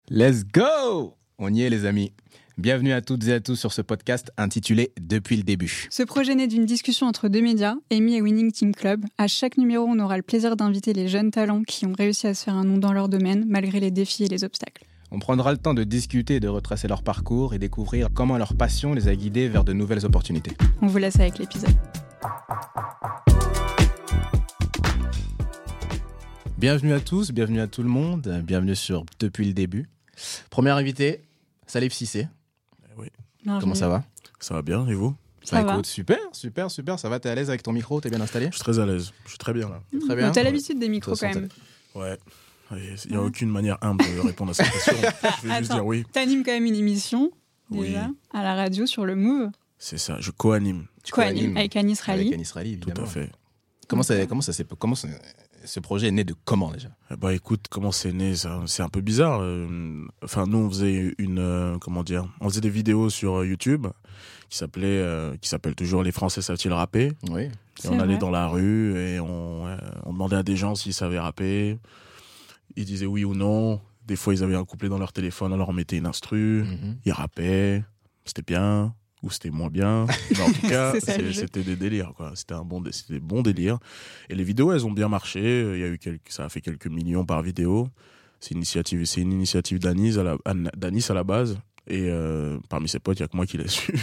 Let's go! On y est les amis. Bienvenue à toutes et à tous sur ce podcast intitulé « Depuis le début ». Ce projet naît d'une discussion entre deux médias, Amy et Winning Team Club. À chaque numéro, on aura le plaisir d'inviter les jeunes talents qui ont réussi à se faire un nom dans leur domaine, malgré les défis et les obstacles. On prendra le temps de discuter et de retracer leur parcours et découvrir comment leur passion les a guidés vers de nouvelles opportunités. On vous laisse avec l'épisode. Bienvenue à tous, bienvenue à tout le monde, bienvenue sur Depuis le début. Premier invité, Salif Cissé. Oui. Comment ça va? Ça va bien, et vous? Ça va. Écoute, super, ça va, t'es à l'aise avec ton micro, t'es bien installé? Je suis très à l'aise, je suis très bien là. Très bien. T'as l'habitude des micros De toute quand façon, même. Ouais, il n'y a aucune manière humble de répondre à cette question. Je vais juste Attends, dire oui. T'animes quand même une émission, déjà, Oui. à la radio sur le Move. C'est ça, je co-anime. Tu Co-anime avec Anis Rally. Avec Anis Rally, évidemment. Tout à fait. Ce projet est né de comment déjà? Bah écoute, comment c'est né ça? C'est un peu bizarre. Enfin, nous on faisait on faisait des vidéos sur YouTube qui s'appellent toujours Les Français savent-ils rapper? Oui. Et C'est on allait vrai. dans la rue et on demandait à des gens s'ils savaient rapper. Ils disaient oui ou non. Des fois, ils avaient un couplet dans leur téléphone, on leur mettait une instru. Ils rappaient. C'était bien ou c'était moins bien. Mais en tout cas, C'est ça, le jeu. c'était des délires, quoi. C'était des bons délires. Et les vidéos, elles ont bien marché. Ça a fait quelques millions par vidéo. C'est une initiative d'Anis à la base. Et parmi ses potes, il n'y a que moi qui l'ai suivi.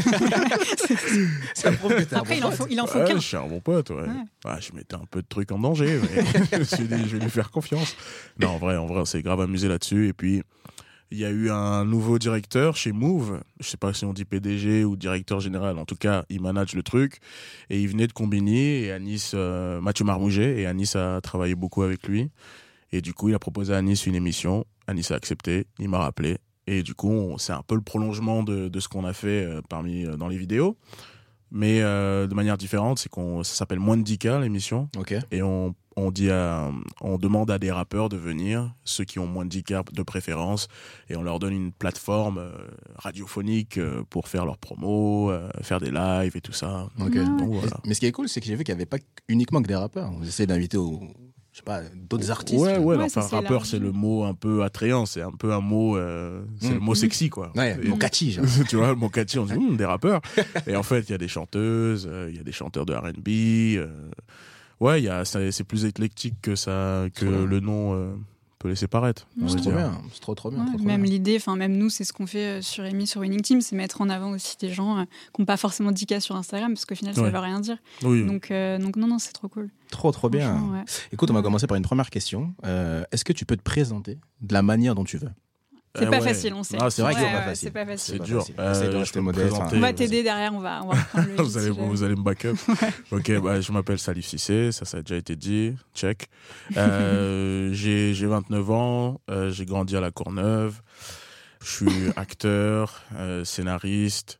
Ça prouve que t'es un Après, bon il en faut Ouais, qu'un. je suis un bon pote, ouais. Ouais. Ah, je mettais un peu de trucs en danger, mais je me suis dit, je vais lui faire confiance. Non, en vrai, on s'est grave amusé là-dessus. Et puis, il y a eu un nouveau directeur chez Move. Je sais pas si on dit PDG ou directeur général. En tout cas, il manage le truc. Et il venait de Combini et Mathieu Marmouget. Et Anis a travaillé beaucoup avec lui. Et du coup, il a proposé à Anis une émission. Anis a accepté. Il m'a rappelé. Et du coup, c'est un peu le prolongement de ce qu'on a fait dans les vidéos. Mais de manière différente, ça s'appelle Moins de 10K l'émission. Ok. Et on demande à des rappeurs de venir, ceux qui ont moins de 10K de préférence, et on leur donne une plateforme radiophonique pour faire leurs promos, faire des lives et tout ça. Ok. Donc voilà. Mais ce qui est cool, c'est que j'ai vu qu'il n'y avait pas uniquement que des rappeurs. Vous essayez d'inviter d'autres artistes. Ouais, Ouais, enfin, ça, c'est rappeur, élargi. c'est le mot un peu attrayant, c'est un peu un mot, c'est le mot sexy, quoi. Ouais, Et- mon catchy, genre. Tu vois, le mot catchy, on dit des rappeurs. Et en fait, il y a des chanteuses, il y a des chanteurs de R&B. Ouais, c'est plus éclectique que Trop bien. le nom peut laisser paraître. on C'est va trop dire. bien, c'est trop bien. Ouais, trop même bien. l'idée, même nous, c'est ce qu'on fait sur Amy, sur Winning Team, c'est mettre en avant aussi des gens qui n'ont pas forcément 10K sur Instagram, parce qu'au final, ça Ouais. veut rien dire. Oui. Donc non, c'est trop cool. Trop bien. Franchement, ouais. Écoute, on va commencer par une première question. Est-ce que tu peux te présenter de la manière dont tu veux? C'est pas facile, on sait. Ah, C'est vrai que c'est Ouais, pas ouais, facile. c'est pas facile. C'est pas dur. facile. Essaye de Je rester peux me modeste, présenter. On va t'aider derrière, on va reprendre le lead, si jamais. vous allez me backup. Ok, je m'appelle Salif Cissé, ça a déjà été dit, check. J'ai 29 ans, j'ai grandi à La Courneuve. Je suis acteur, scénariste,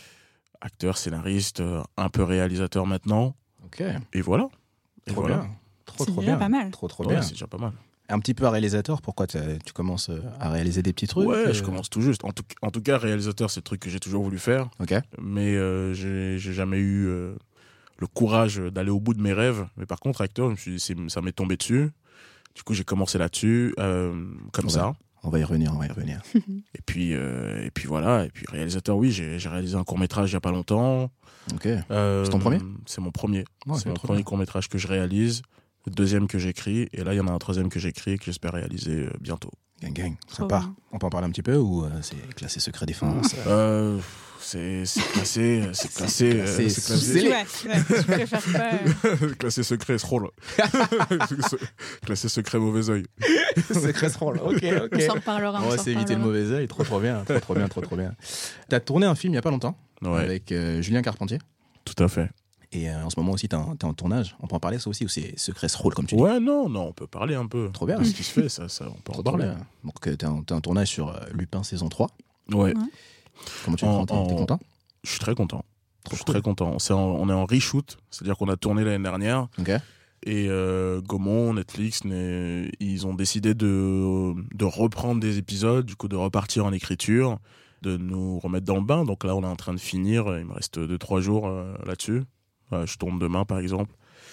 un peu réalisateur maintenant. Ok. Et voilà. Trop voilà. bien. C'est Trop déjà bien. pas mal. Trop Ouais, bien. c'est déjà pas mal. Un petit peu à réalisateur, pourquoi tu commences à réaliser des petits trucs? Ouais, je commence tout juste. En tout cas, réalisateur, c'est le truc que j'ai toujours voulu faire. Ok. Mais j'ai jamais eu le courage d'aller au bout de mes rêves. Mais par contre, acteur, je me suis dit, ça m'est tombé dessus. Du coup, j'ai commencé là-dessus, comme Ouais. ça. On va y revenir. Et puis voilà. Et puis réalisateur, oui, j'ai réalisé un court-métrage il y a pas longtemps. Ok. C'est ton premier? C'est mon premier. Ouais, C'est mon trop premier bien. court-métrage que je réalise. Le deuxième que j'écris. Et là, il y en a un troisième que j'écris et que j'espère réaliser bientôt. Gang. Ça Trop part. bien. On peut en parler un petit peu ou c'est classé secret défense? C'est classé. C'est classé. C'est C'est scellé. Ouais, je préfère pas. classé secret, ce rôle. Classé secret, mauvais œil. Secret rôle. Ok. On s'en reparlera. On va s'en s'éviter le reparlera. mauvais œil. Trop bien. T'as tourné un film il y a pas longtemps Ouais, avec Julien Carpentier. tout à fait. Et en ce moment aussi, t'es en tournage. On peut en parler, ça aussi, ou c'est secret rôle, comme tu dis? Ouais, non, on peut parler un peu. Trop bien. De ce qui se fait, ça, on peut en Trop parler. bien. Donc, t'es en tournage sur Lupin saison 3. Ouais, Comment tu te sens? T'es content? je suis très content. Trop Je suis cool. très content. On est en reshoot, c'est-à-dire qu'on a tourné l'année dernière. Ok. Et Gaumont, Netflix, ils ont décidé de reprendre des épisodes, du coup de repartir en écriture, de nous remettre dans le bain. Donc là, on est en train de finir. Il me reste 2-3 jours là-dessus. Je tourne demain, par exemple.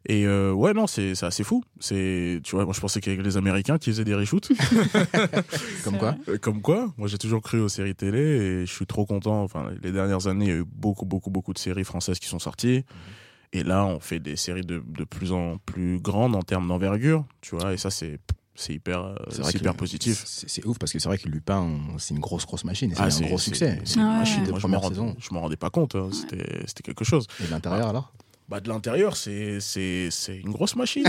Et ouais, non, c'est assez fou. Tu vois, moi je pensais qu'il y avait les Américains qui faisaient des reshoots. Comme quoi? Comme quoi. Moi j'ai toujours cru aux séries télé et je suis trop content. Enfin, les dernières années, il y a eu beaucoup de séries françaises qui sont sorties. Et là, on fait des séries de plus en plus grandes en termes d'envergure, tu vois. Et ça, c'est hyper positif. C'est ouf parce que c'est vrai que Lupin, c'est une grosse machine. Et c'est un gros succès. C'est une machine. De Moi, première saison. je m'en rendais pas compte. Hein. C'était quelque chose. Et de l'intérieur alors? Bah, de l'intérieur, c'est une grosse machine.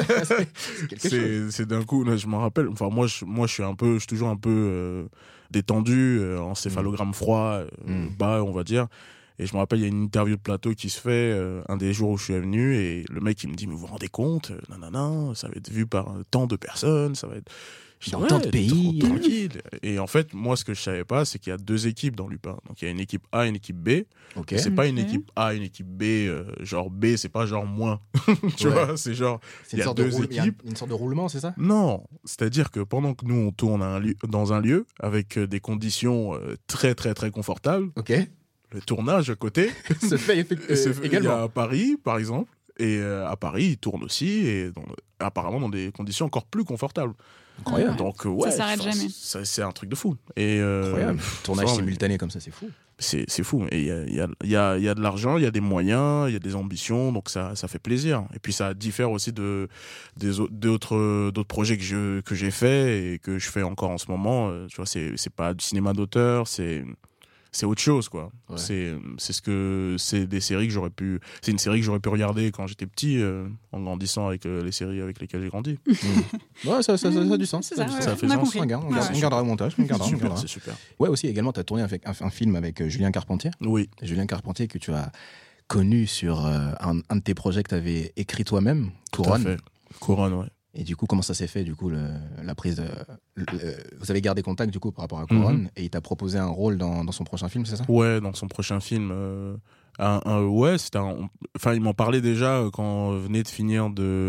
C'est d'un coup, là, je m'en rappelle. Enfin, moi, je suis toujours un peu détendu, encéphalogramme froid, bas, on va dire. Et je me rappelle, il y a une interview de plateau qui se fait un des jours où je suis venu et le mec il me dit mais vous vous rendez compte, nanana, ça va être vu par tant de personnes, ça va être dans tant de pays, tranquille. Et en fait, moi ce que je savais pas, c'est qu'il y a 2 équipes dans Lupin. Donc il y a une équipe A et une équipe B. Okay. C'est pas une équipe A, une équipe B, genre B, c'est pas genre moins. Tu vois, c'est genre il y a 2 équipes. Une sorte de roulement, c'est ça? Non, c'est-à-dire que pendant que nous on tourne dans un lieu avec des conditions très très très confortables. OK. Le tournage à côté se fait également. Il y a à Paris, par exemple, et à Paris, ils tournent aussi, et apparemment dans des conditions encore plus confortables. Incroyable. Donc, ouais, ça s'arrête jamais. C'est un truc de fou. Et, incroyable. Tournage simultané comme ça, c'est fou. C'est fou. Et il y a de l'argent, il y a des moyens, il y a des ambitions, donc ça fait plaisir. Et puis ça diffère aussi d'autres projets que j'ai fait et que je fais encore en ce moment. Tu vois, c'est pas du cinéma d'auteur, c'est autre chose, quoi. Ouais. C'est des séries que c'est une série que j'aurais pu regarder quand j'étais petit, en grandissant avec les séries avec lesquelles j'ai grandi. Ouais, ça a du sens. Ça fait sens. On gardera le montage. C'est super. Ouais, aussi, également, tu as tourné un film avec Julien Carpentier. Oui. Julien Carpentier que tu as connu sur un de tes projets que tu avais écrit toi-même, Couronne. Tout à fait. Couronne, ouais. Et du coup, comment ça s'est fait, du coup, la prise vous avez gardé contact, du coup, par rapport à Couronne, et il t'a proposé un rôle dans son prochain film, c'est ça? Ouais, dans son prochain film. Ouais, enfin, il m'en parlait déjà quand on venait de finir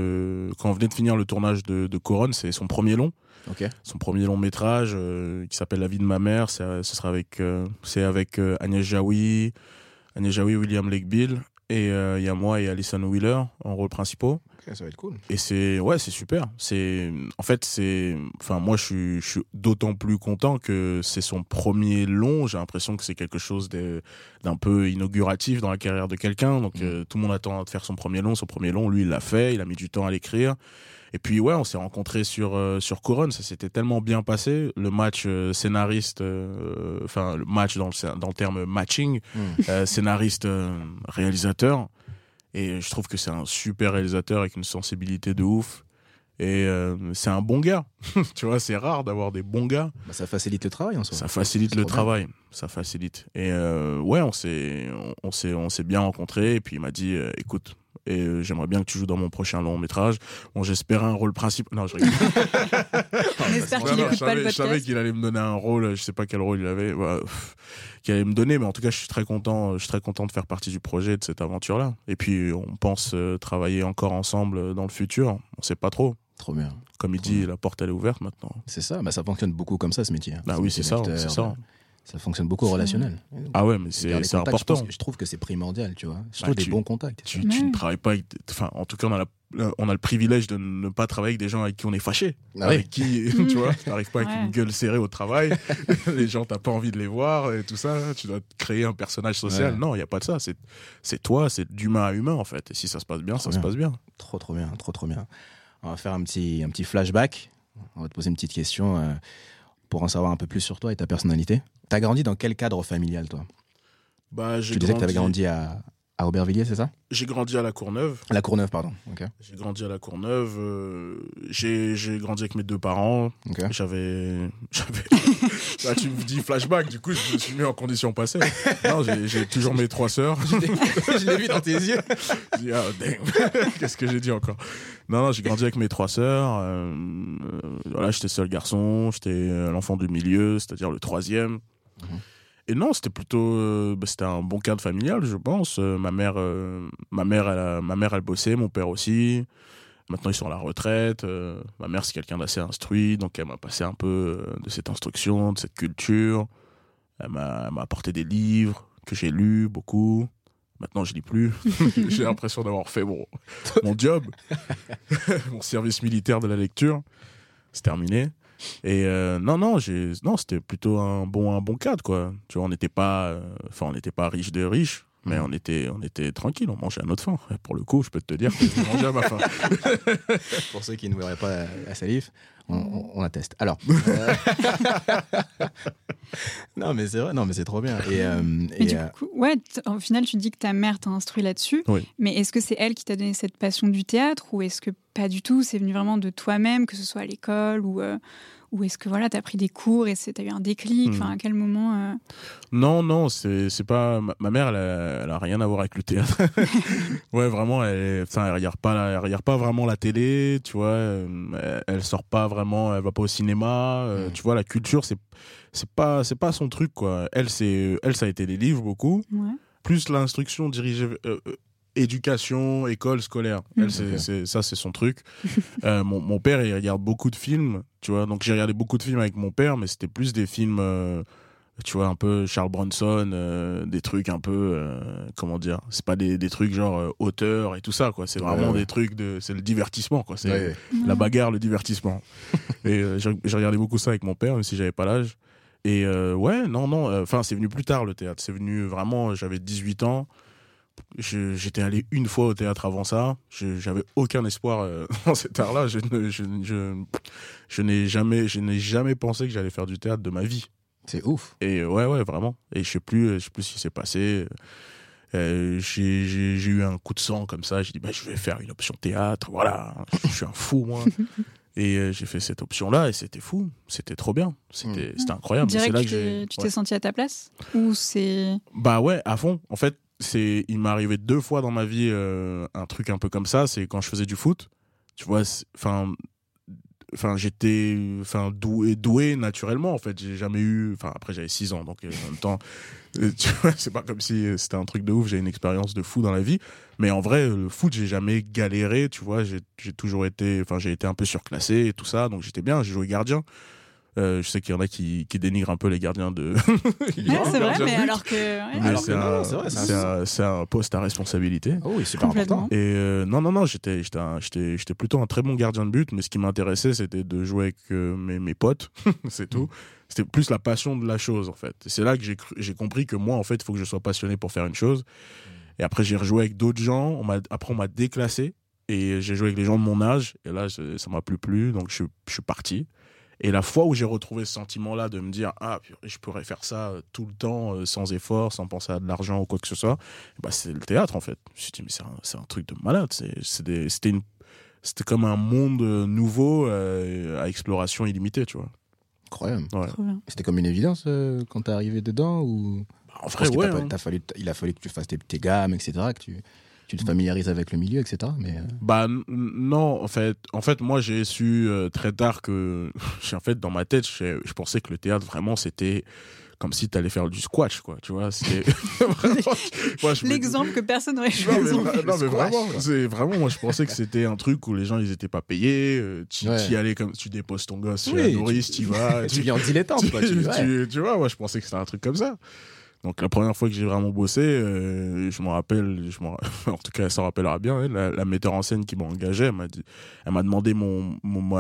le tournage de Couronne. C'est son premier long. Okay. Son premier long métrage qui s'appelle La vie de ma mère. Ce sera avec Agnès Jaoui, William Lake Bill, et il y a moi et Alison Wheeler en rôles principaux. Okay, ça va être cool. Et c'est super. Moi je suis d'autant plus content que c'est son premier long. J'ai l'impression que c'est quelque chose d'un peu inauguratif dans la carrière de quelqu'un. Donc tout le monde attend de faire son premier long. Son premier long, lui, il l'a fait. Il a mis du temps à l'écrire. Et puis ouais, on s'est rencontrés sur Couronne. Ça s'était tellement bien passé. Le match scénariste, le match dans le terme matching, scénariste réalisateur. Et je trouve que c'est un super réalisateur avec une sensibilité de ouf. Et c'est un bon gars. Tu vois, c'est rare d'avoir des bons gars. Bah, ça facilite le travail en soi. Ça facilite le travail. Ça facilite. Et ouais, on s'est bien rencontrés. Et puis il m'a dit, écoute, j'aimerais bien que tu joues dans mon prochain long métrage. Bon, j'espérais un rôle principal. Non, je rigole. On espère qu'il n'écoute pas le podcast. Je savais qu'il allait me donner un rôle. Je sais pas quel rôle il avait. Qu'il allait me donner, mais en tout cas, je suis très content de faire partie du projet, de cette aventure-là. Et puis, on pense travailler encore ensemble dans le futur. On sait pas trop. Trop bien. Comme il dit, la porte, elle est ouverte maintenant. C'est ça. Bah, ça fonctionne beaucoup comme ça, ce métier. Bah oui, c'est ça. Ça fonctionne beaucoup relationnel. Ah ouais, mais c'est important. Je trouve que c'est primordial, tu vois. Je trouve des bons contacts. Tu ne travailles pas avec... Enfin, en tout cas, on a le privilège de ne pas travailler avec des gens avec qui on est fâché. Avec qui, tu vois, tu n'arrives pas avec une gueule serrée au travail. Les gens, tu n'as pas envie de les voir et tout ça. Tu dois créer un personnage social. Ouais. Non, il n'y a pas de ça. C'est toi, c'est d'humain à humain, en fait. Et si ça se passe bien, ça se passe bien. Trop bien. On va faire un petit flashback. On va te poser une petite question pour en savoir un peu plus sur toi et ta personnalité. T'as grandi dans quel cadre familial, toi? Tu disais que t'avais grandi à Aubervilliers, c'est ça? J'ai grandi à La Courneuve. À La Courneuve, pardon. Okay. J'ai grandi à La Courneuve. J'ai grandi avec mes 2 parents. Okay. J'avais... Là, tu me dis flashback, du coup, je me suis mis en condition passée. Non, j'ai toujours mes 3 sœurs. Je l'ai vu dans tes yeux. Je dis, ah, damn. Qu'est-ce que j'ai dit encore? Non, j'ai grandi avec mes 3 sœurs. Voilà, j'étais seul garçon. J'étais l'enfant du milieu, c'est-à-dire le 3e. Et non, c'était plutôt, c'était un bon cadre familial, je pense. Ma mère, elle bossait, mon père aussi. Maintenant, ils sont à la retraite. Ma mère, c'est quelqu'un d'assez instruit, donc elle m'a passé un peu de cette instruction, de cette culture. Elle m'a apporté des livres que j'ai lus beaucoup. Maintenant, je lis plus. J'ai l'impression d'avoir fait mon job, mon service militaire de la lecture. C'est terminé. Et non, c'était plutôt un bon cadre, quoi. Tu vois, on n'était pas riche de riches, mais on était tranquille, on mangeait à notre faim. Et pour le coup, je peux te dire que je mangeais à ma faim. Pour ceux qui ne verraient pas la salive, on atteste. Alors, non, mais c'est vrai, non, mais c'est trop bien. Mais du coup, au final, tu dis que ta mère t'a instruit là-dessus. Oui. Mais est-ce que c'est elle qui t'a donné cette passion du théâtre, ou est-ce que pas du tout, c'est venu vraiment de toi-même, que ce soit à l'école, ou est-ce que voilà, t'as pris des cours et t'as eu un déclic, à quel moment Non, c'est pas. Ma mère, elle a rien à voir avec le théâtre. Ouais, vraiment, elle regarde pas vraiment la télé, tu vois. Elle sort pas vraiment, elle va pas au cinéma. Tu vois, la culture, c'est pas son truc, quoi. Elle, ça a été les livres beaucoup, plus l'instruction dirigée. Éducation, école, scolaire. Elle, c'est son truc. Mon père, il regarde beaucoup de films, tu vois. Donc, j'ai regardé beaucoup de films avec mon père, mais c'était plus des films, tu vois, un peu Charles Bronson, des trucs un peu, comment dire, c'est pas des trucs genre auteur et tout ça, quoi. C'est vraiment des trucs c'est le divertissement, quoi. C'est la bagarre, le divertissement. Et j'ai regardé beaucoup ça avec mon père, même si j'avais pas l'âge. Et c'est venu plus tard, le théâtre. C'est venu vraiment, j'avais 18 ans. J'étais allé une fois au théâtre avant ça. J'avais aucun espoir dans cet art-là. Je n'ai jamais pensé que j'allais faire du théâtre de ma vie. C'est ouf. Et ouais, vraiment. Et je sais plus ce qui s'est passé. J'ai eu un coup de sang comme ça. J'ai dit, je vais faire une option théâtre. Voilà, je suis un fou, moi. Et j'ai fait cette option-là et c'était fou. C'était trop bien. C'était incroyable. Direct, tu t'es senti à ta place, ou c'est... Bah ouais, à fond. En fait, il m'est arrivé 2 fois dans ma vie un truc un peu comme ça. C'est quand je faisais du foot. Tu vois, j'étais doué naturellement, en fait. J'ai jamais eu... après, j'avais 6 ans, donc en même temps, tu vois, c'est pas comme si c'était un truc de ouf. J'ai une expérience de fou dans la vie. Mais en vrai, le foot, j'ai jamais galéré, tu vois. J'ai toujours été... j'ai été un peu surclassé et tout ça, donc j'étais bien. J'ai joué gardien. Je sais qu'il y en a qui dénigrent un peu les gardiens de. C'est vrai, mais alors que. C'est un poste à responsabilité. Oh oui, c'est pas important. Et non, j'étais plutôt un très bon gardien de but, mais ce qui m'intéressait, c'était de jouer avec mes potes, c'est tout. C'était plus la passion de la chose, en fait. Et c'est là que j'ai compris que moi, en fait, il faut que je sois passionné pour faire une chose. Et après, j'ai rejoué avec d'autres gens. Après, on m'a déclassé et j'ai joué avec les gens de mon âge. Et là, ça m'a plus plu, donc je suis parti. Et la fois où j'ai retrouvé ce sentiment-là de me dire « Ah, je pourrais faire ça tout le temps, sans effort, sans penser à de l'argent ou quoi que ce soit », c'est le théâtre, en fait. Je me suis dit « Mais c'est un truc de malade. » C'était comme un monde nouveau à exploration illimitée, tu vois. Incroyable. Ouais. C'était comme une évidence quand t'es arrivé dedans ou... En vrai, ouais. Il a fallu que tu fasses tes gammes, etc., que tu te familiarises avec le milieu, etc. Mais non, en fait, moi j'ai su très tard que, en fait, dans ma tête, je pensais que le théâtre vraiment c'était comme si t'allais faire du squash, quoi. Tu vois, c'était vraiment, l'exemple que personne n'aurait choisi. Non, mais vraiment, moi je pensais que c'était un truc où les gens ils étaient pas payés. Tu y allais comme tu déposes ton gosse chez la nourrice, tu y vas. Tu viens en dilettante, quoi. Tu vois, moi je pensais que c'était un truc comme ça. Donc la première fois que j'ai vraiment bossé, je me rappelle, en tout cas elle s'en rappellera bien, la metteur en scène qui m'a engagé, elle m'a demandé mon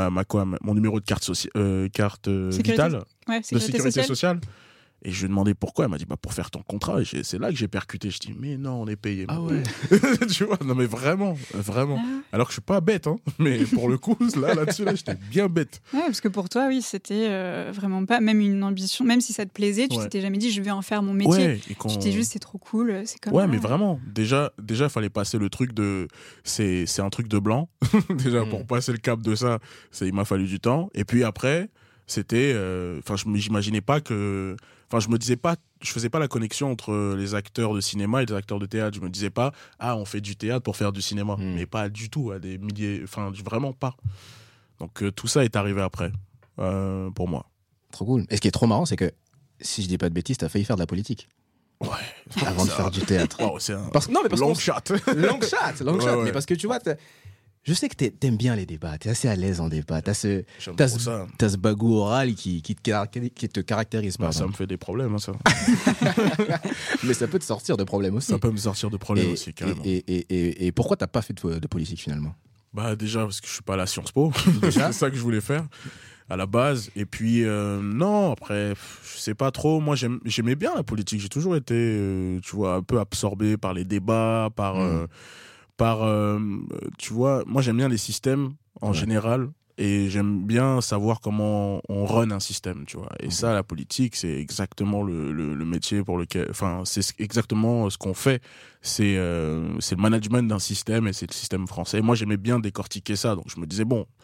numéro de carte vitale, de sécurité sociale. Et je lui ai demandé pourquoi. Elle m'a dit pour faire ton contrat. Et c'est là que j'ai percuté. Je dis mais non, on est payé. Ah ouais. Tu vois, non mais vraiment. Alors que je suis pas bête, hein. Mais pour le coup, là-dessus, j'étais bien bête. Ouais, parce que pour toi, oui, c'était vraiment pas même une ambition. Même si ça te plaisait, tu t'étais jamais dit je vais en faire mon métier. Ouais, tu t'es juste c'est trop cool. C'est comme. Ouais, mais vraiment. Déjà, fallait passer le truc de c'est un truc de blanc. Déjà pour passer le cap de ça, il m'a fallu du temps. Et puis après, c'était. J'imaginais pas que. Je me disais pas, je faisais pas la connexion entre les acteurs de cinéma et les acteurs de théâtre. Je me disais pas, on fait du théâtre pour faire du cinéma. Mais pas du tout, à des milliers, vraiment pas. Donc tout ça est arrivé après, pour moi. Trop cool. Et ce qui est trop marrant, c'est que, si je dis pas de bêtises, t'as failli faire de la politique. Ouais. Avant de faire du théâtre. Wow, c'est un long shot. Long shot. Ouais. Mais parce que tu vois, Je sais que t'aimes bien les débats, t'es assez à l'aise en débat. T'as ce bagou oral qui te caractérise. Ça me fait des problèmes, hein, ça. Mais ça peut te sortir de problèmes aussi. Ça peut me sortir de problèmes aussi, carrément. Et pourquoi t'as pas fait de politique finalement ? Bah déjà parce que je suis pas à la Sciences Po. C'est ça que je voulais faire à la base. Et puis non, après je sais pas trop. Moi j'aimais bien la politique. J'ai toujours été, tu vois, un peu absorbé par les débats, tu vois, moi j'aime bien les systèmes en général et j'aime bien savoir comment on run un système, tu vois. Et ça, la politique, c'est exactement le métier pour lequel, enfin, c'est exactement ce qu'on fait. C'est le management d'un système et c'est le système français. Et moi, j'aimais bien décortiquer ça, donc je me disais bon.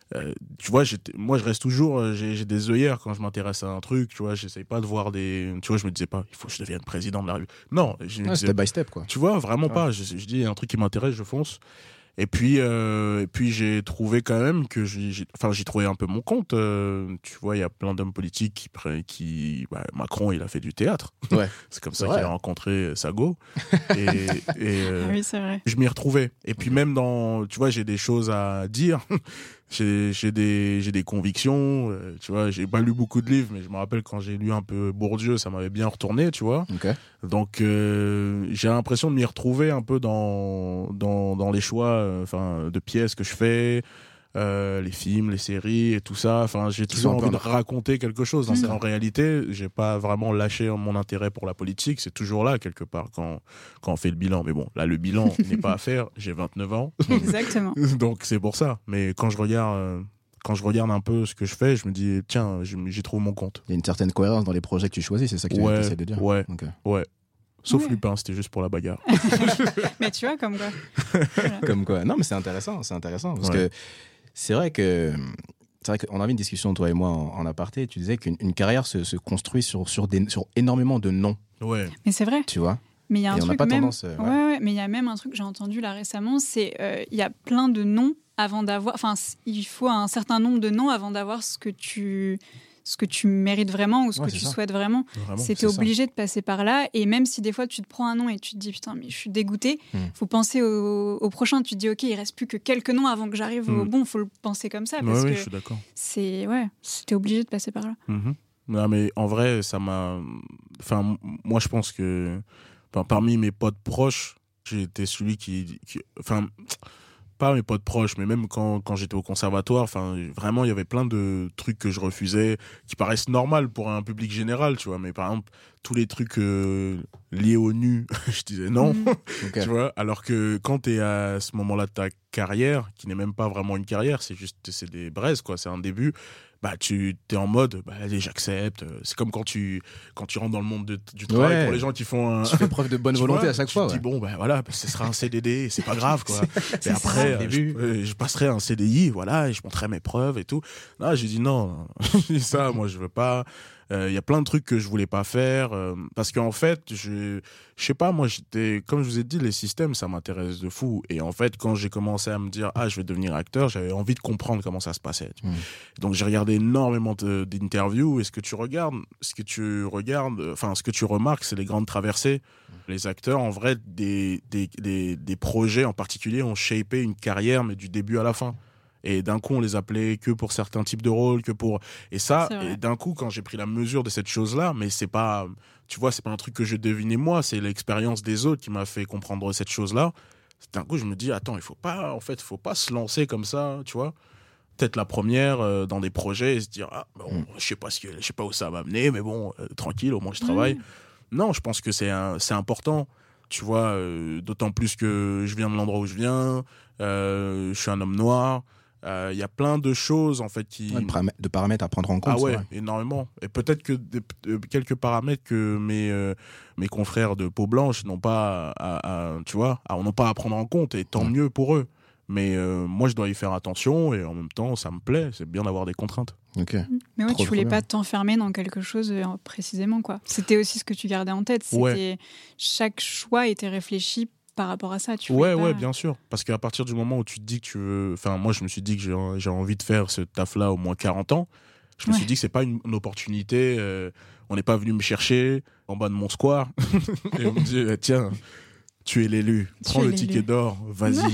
Tu vois, moi je reste toujours, j'ai des œillères quand je m'intéresse à un truc, tu vois, j'essaye pas de voir tu vois, je me disais pas, il faut que je devienne président de la République. Non, step by step, quoi. Tu vois, vraiment pas. Je dis, un truc qui m'intéresse, je fonce. Et puis j'ai trouvé quand même que j'ai trouvé un peu mon compte. Tu vois, il y a plein d'hommes politiques Macron, il a fait du théâtre. Ouais. C'est comme ça qu'il a rencontré Sago. Et oui, c'est vrai. Je m'y retrouvais. Et puis même tu vois, j'ai des choses à dire. J'ai des convictions, tu vois, j'ai pas lu beaucoup de livres, mais je me rappelle quand j'ai lu un peu Bourdieu, ça m'avait bien retourné, tu vois. Okay. Donc j'ai l'impression de m'y retrouver un peu dans les choix de pièces que je fais, les films, les séries et tout ça. Enfin, j'ai toujours envie de raconter quelque chose. En réalité, j'ai pas vraiment lâché mon intérêt pour la politique. C'est toujours là, quelque part, quand on fait le bilan. Mais bon, là, le bilan n'est pas à faire. J'ai 29 ans. Exactement. Donc, c'est pour ça. Mais quand je regarde un peu ce que je fais, je me dis, tiens, j'y trouve mon compte. Il y a une certaine cohérence dans les projets que tu choisis, c'est ça que tu essaies de dire. Ouais. Sauf Lupin, c'était juste pour la bagarre. Mais tu vois, comme quoi. Voilà. Comme quoi. Non, mais c'est intéressant parce que c'est vrai qu'on avait une discussion, toi et moi, en aparté. Tu disais qu'une carrière se construit sur énormément de noms. Ouais. Mais c'est vrai. Tu vois. Mais il y a un truc tendance, mais il y a même un truc que j'ai entendu là récemment, c'est il y a plein de noms avant d'avoir. Enfin, il faut un certain nombre de noms avant d'avoir ce que tu mérites vraiment ou ce que tu souhaites vraiment. C'était obligé de passer par là. Et même si des fois tu te prends un nom et tu te dis putain, mais je suis dégoûté, faut penser au prochain. Tu te dis ok, il reste plus que quelques noms avant que j'arrive au bon. Faut le penser comme ça parce que je suis d'accord. C'était obligé de passer par là. Non, mais en vrai, ça m'a. Enfin, moi, je pense que parmi mes potes proches, j'ai été celui qui... Enfin, pas mes potes proches, mais même quand j'étais au conservatoire, enfin, vraiment, il y avait plein de trucs que je refusais, qui paraissent normaux pour un public général, tu vois. Mais par exemple, tous les trucs liés au nu, je disais non, tu vois. Alors que quand t'es à ce moment-là de ta carrière, qui n'est même pas vraiment une carrière, c'est des braises, quoi, c'est un début. Bah tu t'es en mode allez, j'accepte. C'est comme quand tu rentres dans le monde du travail, pour les gens qui font tu fais preuve de bonne volonté à chaque fois. Tu te dis bon voilà, ce sera un CDD, c'est pas grave quoi. Et après je passerai un CDI, voilà, et je montrerai mes preuves et tout. Là j'ai dit non, ça moi je veux pas. Il y a plein de trucs que je voulais pas faire parce qu'en fait je sais pas, moi j'étais, comme je vous ai dit, les systèmes ça m'intéresse de fou, et en fait quand j'ai commencé à me dire je vais devenir acteur, j'avais envie de comprendre comment ça se passait. Donc j'ai regardé énormément d'interviews, et ce que tu remarques, c'est les grandes traversées. Les acteurs, en vrai, des projets en particulier ont shapé une carrière, mais du début à la fin. Et d'un coup, on les appelait que pour certains types de rôles, et ça, et d'un coup, quand j'ai pris la mesure de cette chose-là, mais c'est pas, tu vois, c'est pas un truc que je devinais moi, c'est l'expérience des autres qui m'a fait comprendre cette chose-là. D'un coup, je me dis, attends, il faut pas se lancer comme ça, tu vois. Peut-être la première dans des projets et se dire, je sais pas où ça va m'amener, mais bon, tranquille, au moins je travaille. Non, je pense que c'est important. Tu vois, d'autant plus que je viens de l'endroit où je viens, je suis un homme noir. Il y a plein de choses en fait de paramètres à prendre en compte. Ah ouais, énormément. Et peut-être que quelques paramètres que mes confrères de peau blanche n'ont pas n'ont pas à prendre en compte, et tant mieux pour eux. Mais moi je dois y faire attention, et en même temps ça me plaît, c'est bien d'avoir des contraintes. Okay. Mais ouais, tu voulais pas t'enfermer dans quelque chose précisément, quoi. C'était aussi ce que tu gardais en tête. Chaque choix était réfléchi par rapport à ça. Ouais, bien sûr. Parce qu'à partir du moment où tu te dis que tu veux... Enfin, moi, je me suis dit que j'ai envie de faire ce taf-là au moins 40 ans. Je me suis dit que c'est pas une opportunité. On n'est pas venu me chercher en bas de mon square. Et on me dit, tiens, tu es l'élu. Prends le ticket d'or, vas-y.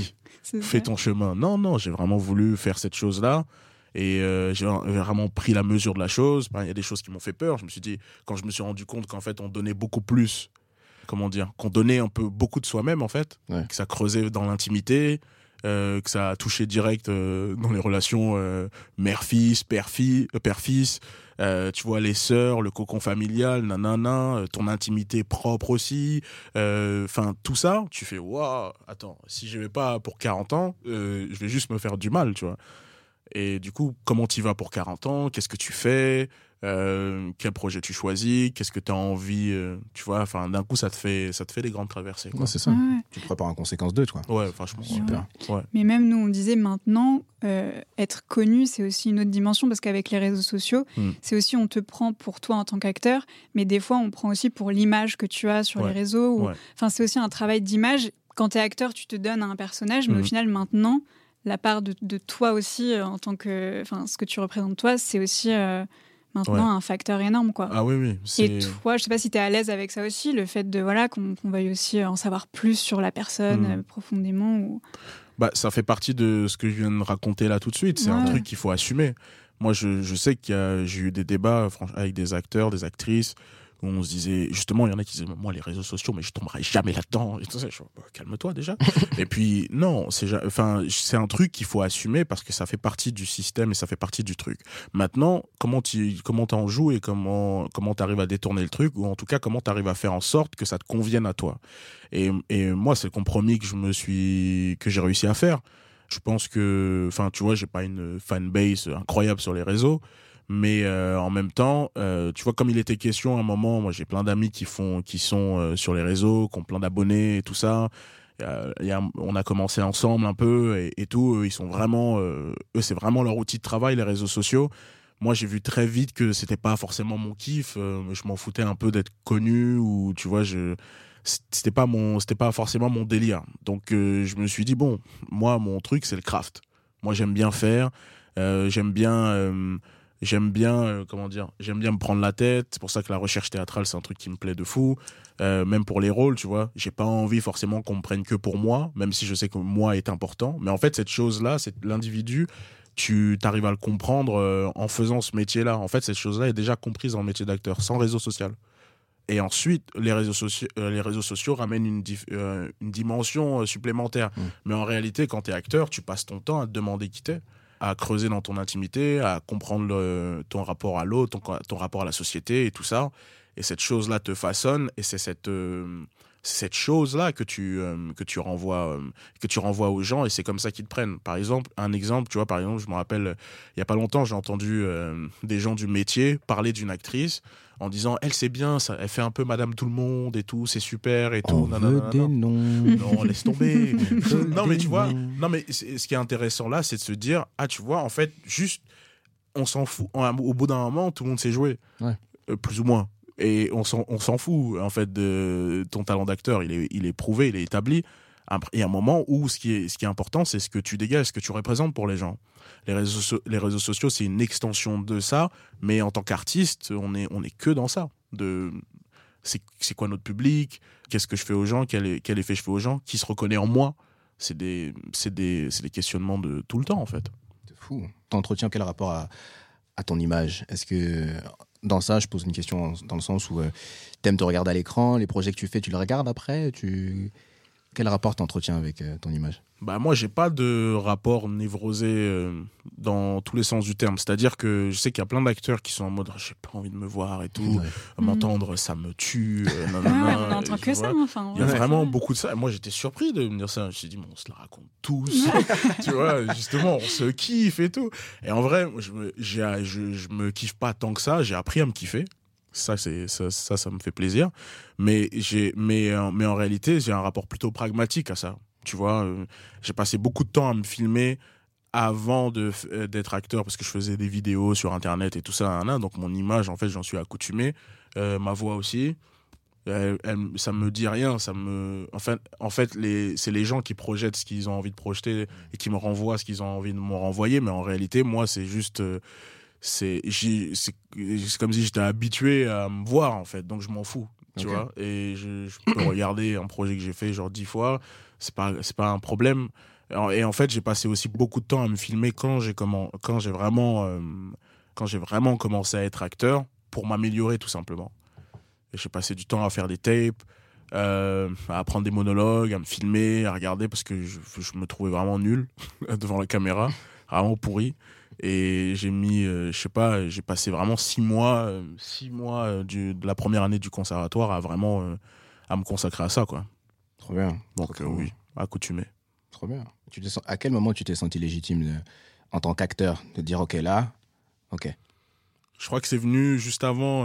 fais ton chemin. Non, j'ai vraiment voulu faire cette chose-là. Et j'ai vraiment pris la mesure de la chose. Il y a des choses qui m'ont fait peur. Je me suis dit, quand je me suis rendu compte qu'en fait, on donnait beaucoup plus, qu'on donnait un peu beaucoup de soi-même, en fait, que ça creusait dans l'intimité, que ça a touché direct dans les relations mère-fils, père-fils, tu vois, les sœurs, le cocon familial, nanana, ton intimité propre aussi, enfin, tout ça, tu fais, waouh, attends, si je vais pas pour 40 ans, je vais juste me faire du mal, tu vois. Et du coup, comment tu vas pour 40 ans? Qu'est-ce que tu fais? Quel projet tu choisis? Qu'est-ce que tu as envie? Tu vois, enfin, d'un coup, ça te fait des grandes traversées. Ouais, c'est ça. Tu te prépares en conséquence d'eux, toi. Ouais, franchement. Super. Ouais. Mais même nous, on disait maintenant, être connu, c'est aussi une autre dimension parce qu'avec les réseaux sociaux, c'est aussi on te prend pour toi en tant qu'acteur, mais des fois, on prend aussi pour l'image que tu as sur les réseaux. Enfin, c'est aussi un travail d'image. Quand tu es acteur, tu te donnes à un personnage, mais au final, maintenant, la part de toi aussi en tant que, enfin, ce que tu représentes toi, c'est aussi maintenant un facteur énorme, quoi. Ah oui. Et toi, je sais pas si tu es à l'aise avec ça aussi, le fait de qu'on veuille aussi en savoir plus sur la personne profondément. Ou... Bah, ça fait partie de ce que je viens de raconter là tout de suite. C'est un truc qu'il faut assumer. Moi, je sais que j'ai eu des débats avec des acteurs, des actrices, où on se disait, justement, il y en a qui disaient, moi, les réseaux sociaux, mais je tomberai jamais là-dedans. Et tout ça, je dis, calme-toi déjà. Et puis, non, c'est un truc qu'il faut assumer parce que ça fait partie du système et ça fait partie du truc. Maintenant, comment t'en joues et comment t'arrives à détourner le truc, ou en tout cas, comment t'arrives à faire en sorte que ça te convienne à toi. Et moi, c'est le compromis que j'ai réussi à faire. Je pense que, enfin, tu vois, j'ai pas une fanbase incroyable sur les réseaux. Mais en même temps, tu vois, comme il était question à un moment, moi j'ai plein d'amis qui sont sur les réseaux, qui ont plein d'abonnés et tout ça. On a commencé ensemble un peu et tout. Eux, ils sont vraiment, c'est vraiment leur outil de travail, les réseaux sociaux. Moi, j'ai vu très vite que c'était pas forcément mon kiff. Je m'en foutais un peu d'être connu ou tu vois, c'était pas forcément mon délire. Donc je me suis dit bon, moi mon truc c'est le craft. Moi j'aime bien faire, j'aime bien me prendre la tête. C'est pour ça que la recherche théâtrale, c'est un truc qui me plaît de fou. Même pour les rôles, tu vois. J'ai pas envie forcément qu'on me prenne que pour moi, même si je sais que moi est important. Mais en fait, cette chose-là, c'est l'individu, tu t'arrives à le comprendre en faisant ce métier-là. En fait, cette chose-là est déjà comprise dans le métier d'acteur, sans réseau social. Et ensuite, les réseaux sociaux ramènent une dimension supplémentaire. Mais en réalité, quand tu es acteur, tu passes ton temps à te demander qui t'es, à creuser dans ton intimité, à comprendre ton rapport à l'autre, ton rapport à la société et tout ça. Et cette chose-là te façonne, et c'est cette chose-là que tu renvoies aux gens, et c'est comme ça qu'ils te prennent. Un exemple, tu vois, par exemple, je me rappelle, il y a pas longtemps, j'ai entendu des gens du métier parler d'une actrice en disant elle c'est bien, ça, elle fait un peu Madame Tout le Monde et tout, c'est super et tout. Non, laisse tomber. Non mais tu vois, ce qui est intéressant là, c'est de se dire tu vois, en fait, juste on s'en fout. Au bout d'un moment, tout le monde sait jouer, plus ou moins. Et on s'en fout, en fait, de ton talent d'acteur. Il est prouvé, il est établi. Il y a un moment où ce qui est important, c'est ce que tu dégages, ce que tu représentes pour les gens. Les réseaux sociaux, c'est une extension de ça, mais en tant qu'artiste, on est que dans ça. C'est quoi notre public? Qu'est-ce que je fais aux gens? Quel effet je fais aux gens? Qui se reconnaît en moi? C'est des questionnements de tout le temps, en fait. C'est fou. T'entretiens quel rapport à ton image? Est-ce que... Dans ça, je pose une question dans le sens où t'aimes te regarder à l'écran, les projets que tu fais, tu les regardes après? Quel rapport t'entretiens avec ton image? Bah moi, j'ai pas de rapport névrosé dans tous les sens du terme. C'est-à-dire que je sais qu'il y a plein d'acteurs qui sont en mode j'ai pas envie de me voir et tout, m'entendre, ça me tue. On n'entend que ça, enfin. Il y a vraiment beaucoup de ça. Et moi, j'étais surpris de me dire ça. Je me suis dit, bon, on se la raconte tous. Tu vois, justement, on se kiffe et tout. Et en vrai, je me kiffe pas tant que ça. J'ai appris à me kiffer. Ça me fait plaisir. Mais en réalité, j'ai un rapport plutôt pragmatique à ça. Tu vois, j'ai passé beaucoup de temps à me filmer avant d'être acteur parce que je faisais des vidéos sur Internet et tout ça. Donc mon image, en fait, j'en suis accoutumé. Ma voix aussi. Ça me dit rien. En fait, c'est les gens qui projettent ce qu'ils ont envie de projeter et qui me renvoient ce qu'ils ont envie de me renvoyer. Mais en réalité, moi, c'est juste... c'est comme si j'étais habitué à me voir, en fait. Donc je m'en fous, tu vois. Et je peux regarder un projet que j'ai fait genre 10 fois. C'est pas un problème. Et en fait, j'ai passé aussi beaucoup de temps à me filmer quand j'ai vraiment commencé à être acteur pour m'améliorer tout simplement. Et j'ai passé du temps à faire des tapes, à apprendre des monologues, à me filmer, à regarder parce que je me trouvais vraiment nul devant la caméra, vraiment pourri. Et j'ai passé vraiment 6 mois de la première année du conservatoire à vraiment à me consacrer à ça, quoi. Trop bien. Donc oui, accoutumé. Trop bien. À quel moment tu t'es senti légitime en tant qu'acteur de dire ok là, ok. Je crois que c'est venu juste avant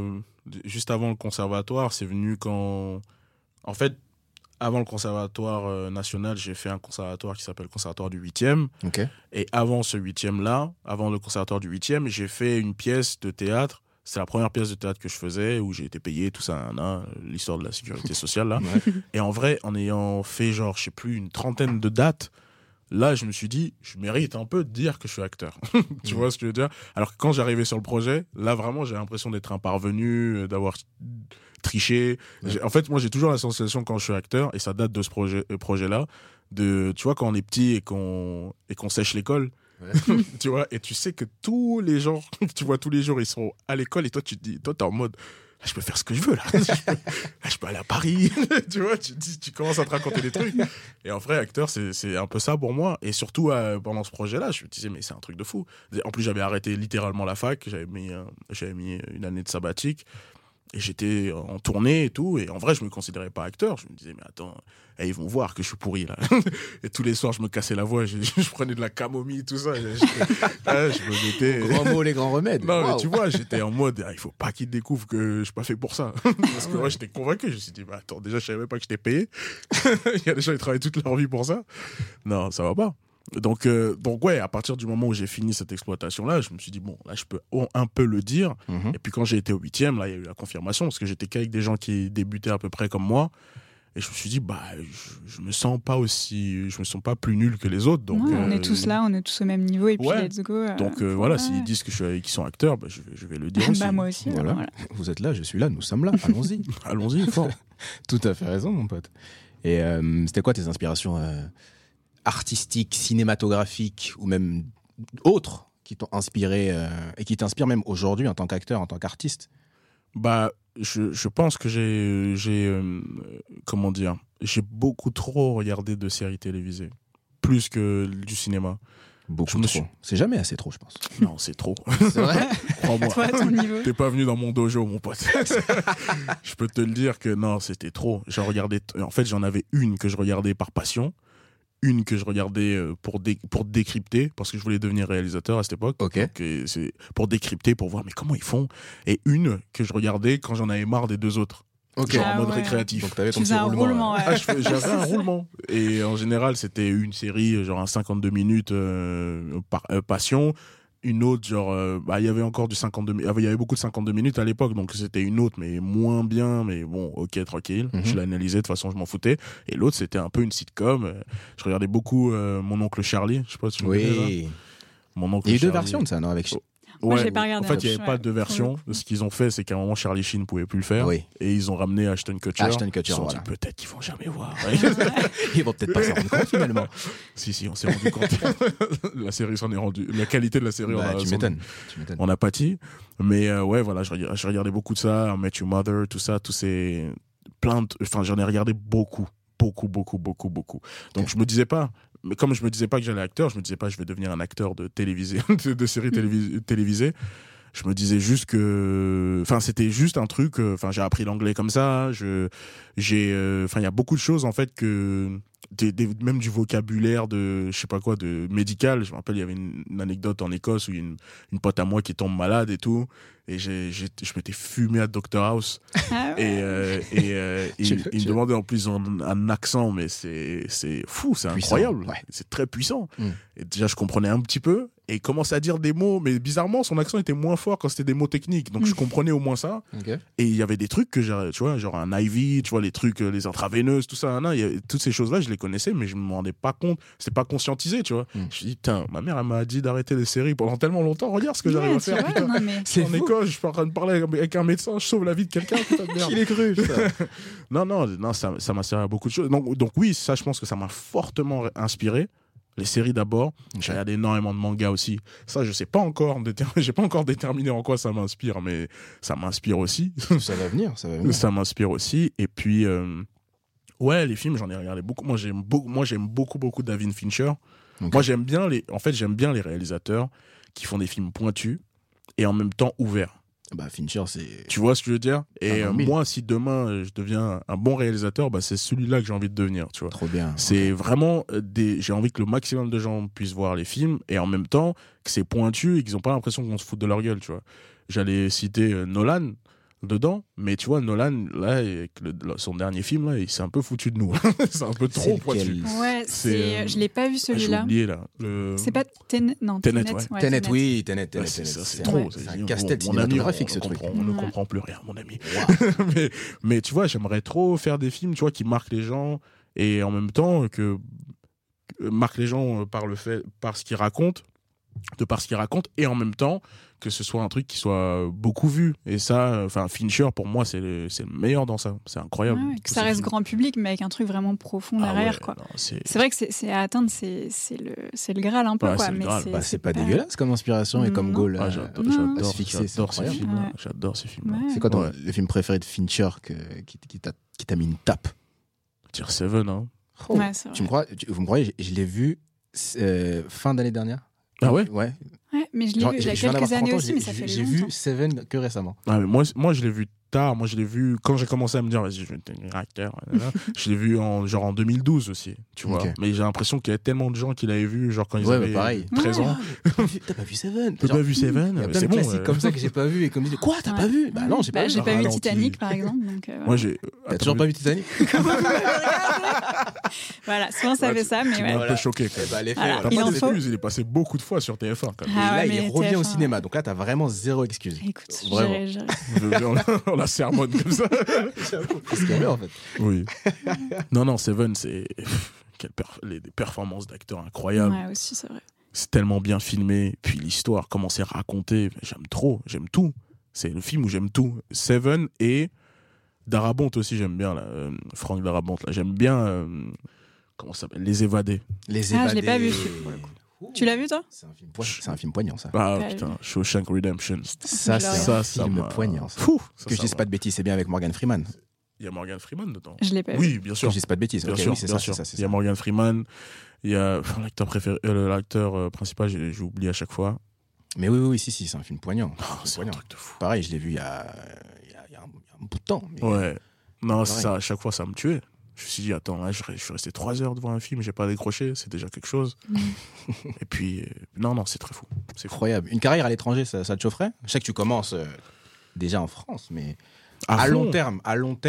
le conservatoire. C'est venu quand, en fait, avant le conservatoire national, j'ai fait un conservatoire qui s'appelle le conservatoire du 8e. Okay. Et avant ce 8e-là, avant le conservatoire du 8e, j'ai fait une pièce de théâtre. C'est la première pièce de théâtre que je faisais, où j'ai été payé, tout ça, l'histoire de la sécurité sociale, là. Ouais. Et en vrai, en ayant fait, genre, je sais plus, une trentaine de dates, là, je me suis dit, je mérite un peu de dire que je suis acteur. Tu vois ce que je veux dire? Alors que quand j'arrivais sur le projet, là, vraiment, j'ai l'impression d'être un parvenu, d'avoir triché. Ouais. En fait, moi, j'ai toujours la sensation quand je suis acteur, et ça date de ce projet-là, tu vois, quand on est petit et qu'on sèche l'école, ouais. Tu vois, et tu sais que tous les jours, ils sont à l'école, et toi, t'es en mode, là, je peux faire ce que je veux, là. Je peux aller à Paris. Tu vois, tu commences à te raconter des trucs. Et en vrai, acteur, c'est un peu ça pour moi. Et surtout, pendant ce projet-là, je me disais, mais c'est un truc de fou. En plus, j'avais arrêté littéralement la fac. J'avais mis une année de sabbatique. Et j'étais en tournée et tout. Et en vrai, je me considérais pas acteur. Je me disais, mais attends, ils vont voir que je suis pourri, là. Et tous les soirs, je me cassais la voix. Je prenais de la camomille, tout ça. Je me mettais... Grands mots, les grands remèdes. Non, mais tu vois, j'étais en mode, il faut pas qu'ils découvrent que je suis pas fait pour ça. Parce que moi, j'étais convaincu. Je me suis dit, bah, attends, déjà, je savais même pas que j'étais payé. Il y a des gens qui travaillent toute leur vie pour ça. Non, ça va pas. Donc ouais, à partir du moment où j'ai fini cette exploitation-là, je me suis dit, bon, là, je peux un peu le dire. Mm-hmm. Et puis quand j'ai été au 8e, là, il y a eu la confirmation, parce que j'étais qu'avec des gens qui débutaient à peu près comme moi. Et je me suis dit, bah, je me sens pas plus nul que les autres. Donc, ouais, on est tous là, on est tous au même niveau, et puis ouais. Let's go. Donc voilà, s'ils disent qu'ils sont acteurs, bah, je vais le dire aussi. Bah, moi aussi. Voilà. Vous êtes là, je suis là, nous sommes là, allons-y. Allons-y, fort. Tout à fait raison, mon pote. Et c'était quoi tes inspirations artistiques, cinématographiques ou même autres qui t'ont inspiré et qui t'inspirent même aujourd'hui en tant qu'acteur, en tant qu'artiste? Bah, je pense que j'ai comment dire, j'ai beaucoup trop regardé de séries télévisées, plus que du cinéma. Beaucoup trop. C'est jamais assez trop, je pense. Non, c'est trop. C'est vrai? Crois-moi. Toi, à ton niveau. T'es pas venu dans mon dojo, mon pote. Je peux te le dire que non, c'était trop. En fait, j'en avais une que je regardais par passion, une que je regardais pour décrypter, parce que je voulais devenir réalisateur à cette époque. Okay. Donc, c'est pour décrypter, pour voir mais comment ils font. Et une que je regardais quand j'en avais marre des deux autres. Okay. Genre en mode récréatif. Donc t'avais ton petit roulement. Ouais. J'avais un roulement. Et en général, c'était une série, genre un 52 minutes par passion. Une autre, genre, il y avait encore du 52 minutes. Il y avait beaucoup de 52 minutes à l'époque, donc c'était une autre, mais moins bien, mais bon, ok, tranquille. Mm-hmm. Je l'analysais, de toute façon, je m'en foutais. Et l'autre, c'était un peu une sitcom. Je regardais beaucoup Mon oncle Charlie. Je sais pas si tu me connais, ça. Mon oncle Charlie. Il y a eu deux versions de ça, non, avec... Moi, ouais, j'ai pas regardé. En fait, il n'y avait pas de version. Ce qu'ils ont fait, c'est qu'à un moment, Charlie Sheen ne pouvait plus le faire. Oui. Et ils ont ramené Ashton Kutcher. Ils ont dit peut-être qu'ils vont jamais voir. Ils vont peut-être pas s'en rendre compte, finalement. Si, on s'est rendu compte. La série s'en est rendue. La qualité de la série, tu m'étonnes. On a pâti. Mais ouais, voilà, je regardais beaucoup de ça. I Met Your Mother, tout ça, tous ces... Enfin, j'en ai regardé beaucoup. Donc, je me disais pas... Mais comme je me disais pas que j'allais acteur, je me disais pas je vais devenir un acteur de séries télévisées. Je me disais juste que, enfin, c'était juste un truc. Enfin, j'ai appris l'anglais comme ça. Il y a beaucoup de choses en fait même du vocabulaire de, je sais pas quoi, de médical. Je me rappelle, il y avait une anecdote en Écosse où il y a une pote à moi qui tombe malade et tout. Et je m'étais fumé à Dr House. Ah ouais. Et il me demandait en plus un accent, mais c'est fou, c'est puissant, incroyable. Ouais. C'est très puissant. Et déjà, je comprenais un petit peu. Et il commençait à dire des mots, mais bizarrement, son accent était moins fort quand c'était des mots techniques. Donc, je comprenais au moins ça. Okay. Et il y avait des trucs que, tu vois, genre un IV, tu vois, les trucs, les intraveineuses, tout ça, toutes ces choses-là, je les connaissais, mais je me rendais pas compte. C'était pas conscientisé, tu vois. Je me dis, putain, ma mère, elle m'a dit d'arrêter les séries pendant tellement longtemps. Regarde ce que j'arrive à faire. Putain. Non, mais... C'est en école, je suis en train de parler avec un médecin, je sauve la vie de quelqu'un. Putain de merde. Qui l'est cru, Non, ça m'a servi à beaucoup de choses. Donc oui, ça, je pense que ça m'a fortement inspiré. Les séries d'abord. J'ai regardé énormément de mangas aussi. Ça, je sais pas encore. J'ai pas encore déterminé en quoi ça m'inspire, mais ça m'inspire aussi. Ça va venir. Ça m'inspire aussi. Et puis, ouais, les films, j'en ai regardé beaucoup. Moi, j'aime beaucoup David Fincher. Okay. Moi, j'aime bien les réalisateurs qui font des films pointus et en même temps ouverts. Bah, Fincher, c'est... Tu vois ce que je veux dire? Et moi, si demain je deviens un bon réalisateur, bah, c'est celui-là que j'ai envie de devenir, tu vois. Trop bien. C'est vraiment j'ai envie que le maximum de gens puissent voir les films et en même temps que c'est pointu et qu'ils n'ont pas l'impression qu'on se fout de leur gueule, tu vois. J'allais citer Nolan dedans, mais tu vois, Nolan, là, avec son dernier film, là, il s'est un peu foutu de nous. C'est un peu trop pointu. Ouais, je l'ai pas vu celui-là. J'ai oublié, là. C'est pas Tenet, ouais. Tenet, oui, Tenet. C'est trop. C'est un casse-tête cinématographique, ce truc. On ne comprend plus rien, mon ami. Wow. mais tu vois, j'aimerais trop faire des films, tu vois, qui marquent les gens et en même temps que marquent les gens par ce qu'ils racontent, et en même temps que ce soit un truc qui soit beaucoup vu. Et ça, Fincher, pour moi, c'est le meilleur dans ça. C'est incroyable. Ouais, que ça reste grand public, mais avec un truc vraiment profond derrière. Ouais, quoi. Non, c'est vrai que c'est à atteindre, c'est le Graal un peu. Ouais, quoi, c'est mais Graal. C'est pas dégueulasse comme inspiration et comme goal. J'adore ces films. Ouais. J'adore ces films. Ouais. C'est quoi le film préféré de Fincher qui t'a mis une tape? Dire Seven, hein. Ouais, c'est vrai. Vous me croyez, je l'ai vu fin d'année dernière. Ah ouais? Ouais, mais je l'ai vu il y a quelques années aussi, mais ça fait longtemps. J'ai vu Seven que récemment. Ah, mais moi, je l'ai vu tard. Moi, je l'ai vu quand j'ai commencé à me dire, vas-y, je vais devenir acteur. Je l'ai vu en 2012 aussi, tu vois. Okay. Mais j'ai l'impression qu'il y a tellement de gens qui l'avaient vu, genre quand ils avaient 13 ans. T'as pas vu Seven? T'as pas vu Seven? Il y a plein de classiques comme ça que j'ai pas vu et comme ils disent, quoi, t'as pas vu? Bah non, j'ai pas vu. J'ai pas vu Titanic, par exemple. Moi, t'as toujours pas vu Titanic? Voilà, souvent ça fait ça, mais ouais. Un peu choqué. T'as pas d'excuses, il est passé beaucoup de fois sur TF1. Et là, il revient au cinéma. Donc là, t'as vraiment zéro excuse. Écoute, on la sermonne comme ça. C'est ce qu'il y avait, en fait. Oui. Non, Seven, c'est des performances d'acteurs incroyables. Ouais, aussi, c'est vrai. C'est tellement bien filmé. Puis l'histoire, comment c'est raconté, j'aime tout. C'est le film où j'aime tout. Seven et Darabont aussi, j'aime bien. Là. Franck Darabont, là. J'aime bien. Comment ça s'appelle? Les Évadés. Les Évadés. Je l'ai pas vu. Tu l'as vu, toi? C'est un film poignant, ça. Ah putain, Shawshank Redemption. Ça, c'est un film poignant. Ça. Que je dise pas de bêtises, c'est bien avec Morgan Freeman. Il y a Morgan Freeman dedans. Je l'ai pas vu. Oui, bien sûr. Que je dise pas de bêtises. Bien sûr. Il y a Morgan Freeman. Il y a l'acteur principal, j'ai oublié à chaque fois. Mais oui, si, c'est un film poignant. C'est un truc de fou. Pareil, je l'ai vu il y a un bout de temps. Mais ouais. Non, c'est ça, à chaque fois, ça me tuait. Je me suis dit, attends, là, je suis resté 3 heures devant un film, j'ai pas décroché, c'est déjà quelque chose. Et puis, non, c'est très fou. C'est incroyable. Une carrière à l'étranger, ça te chaufferait? Je sais que tu commences déjà en France, mais à long terme,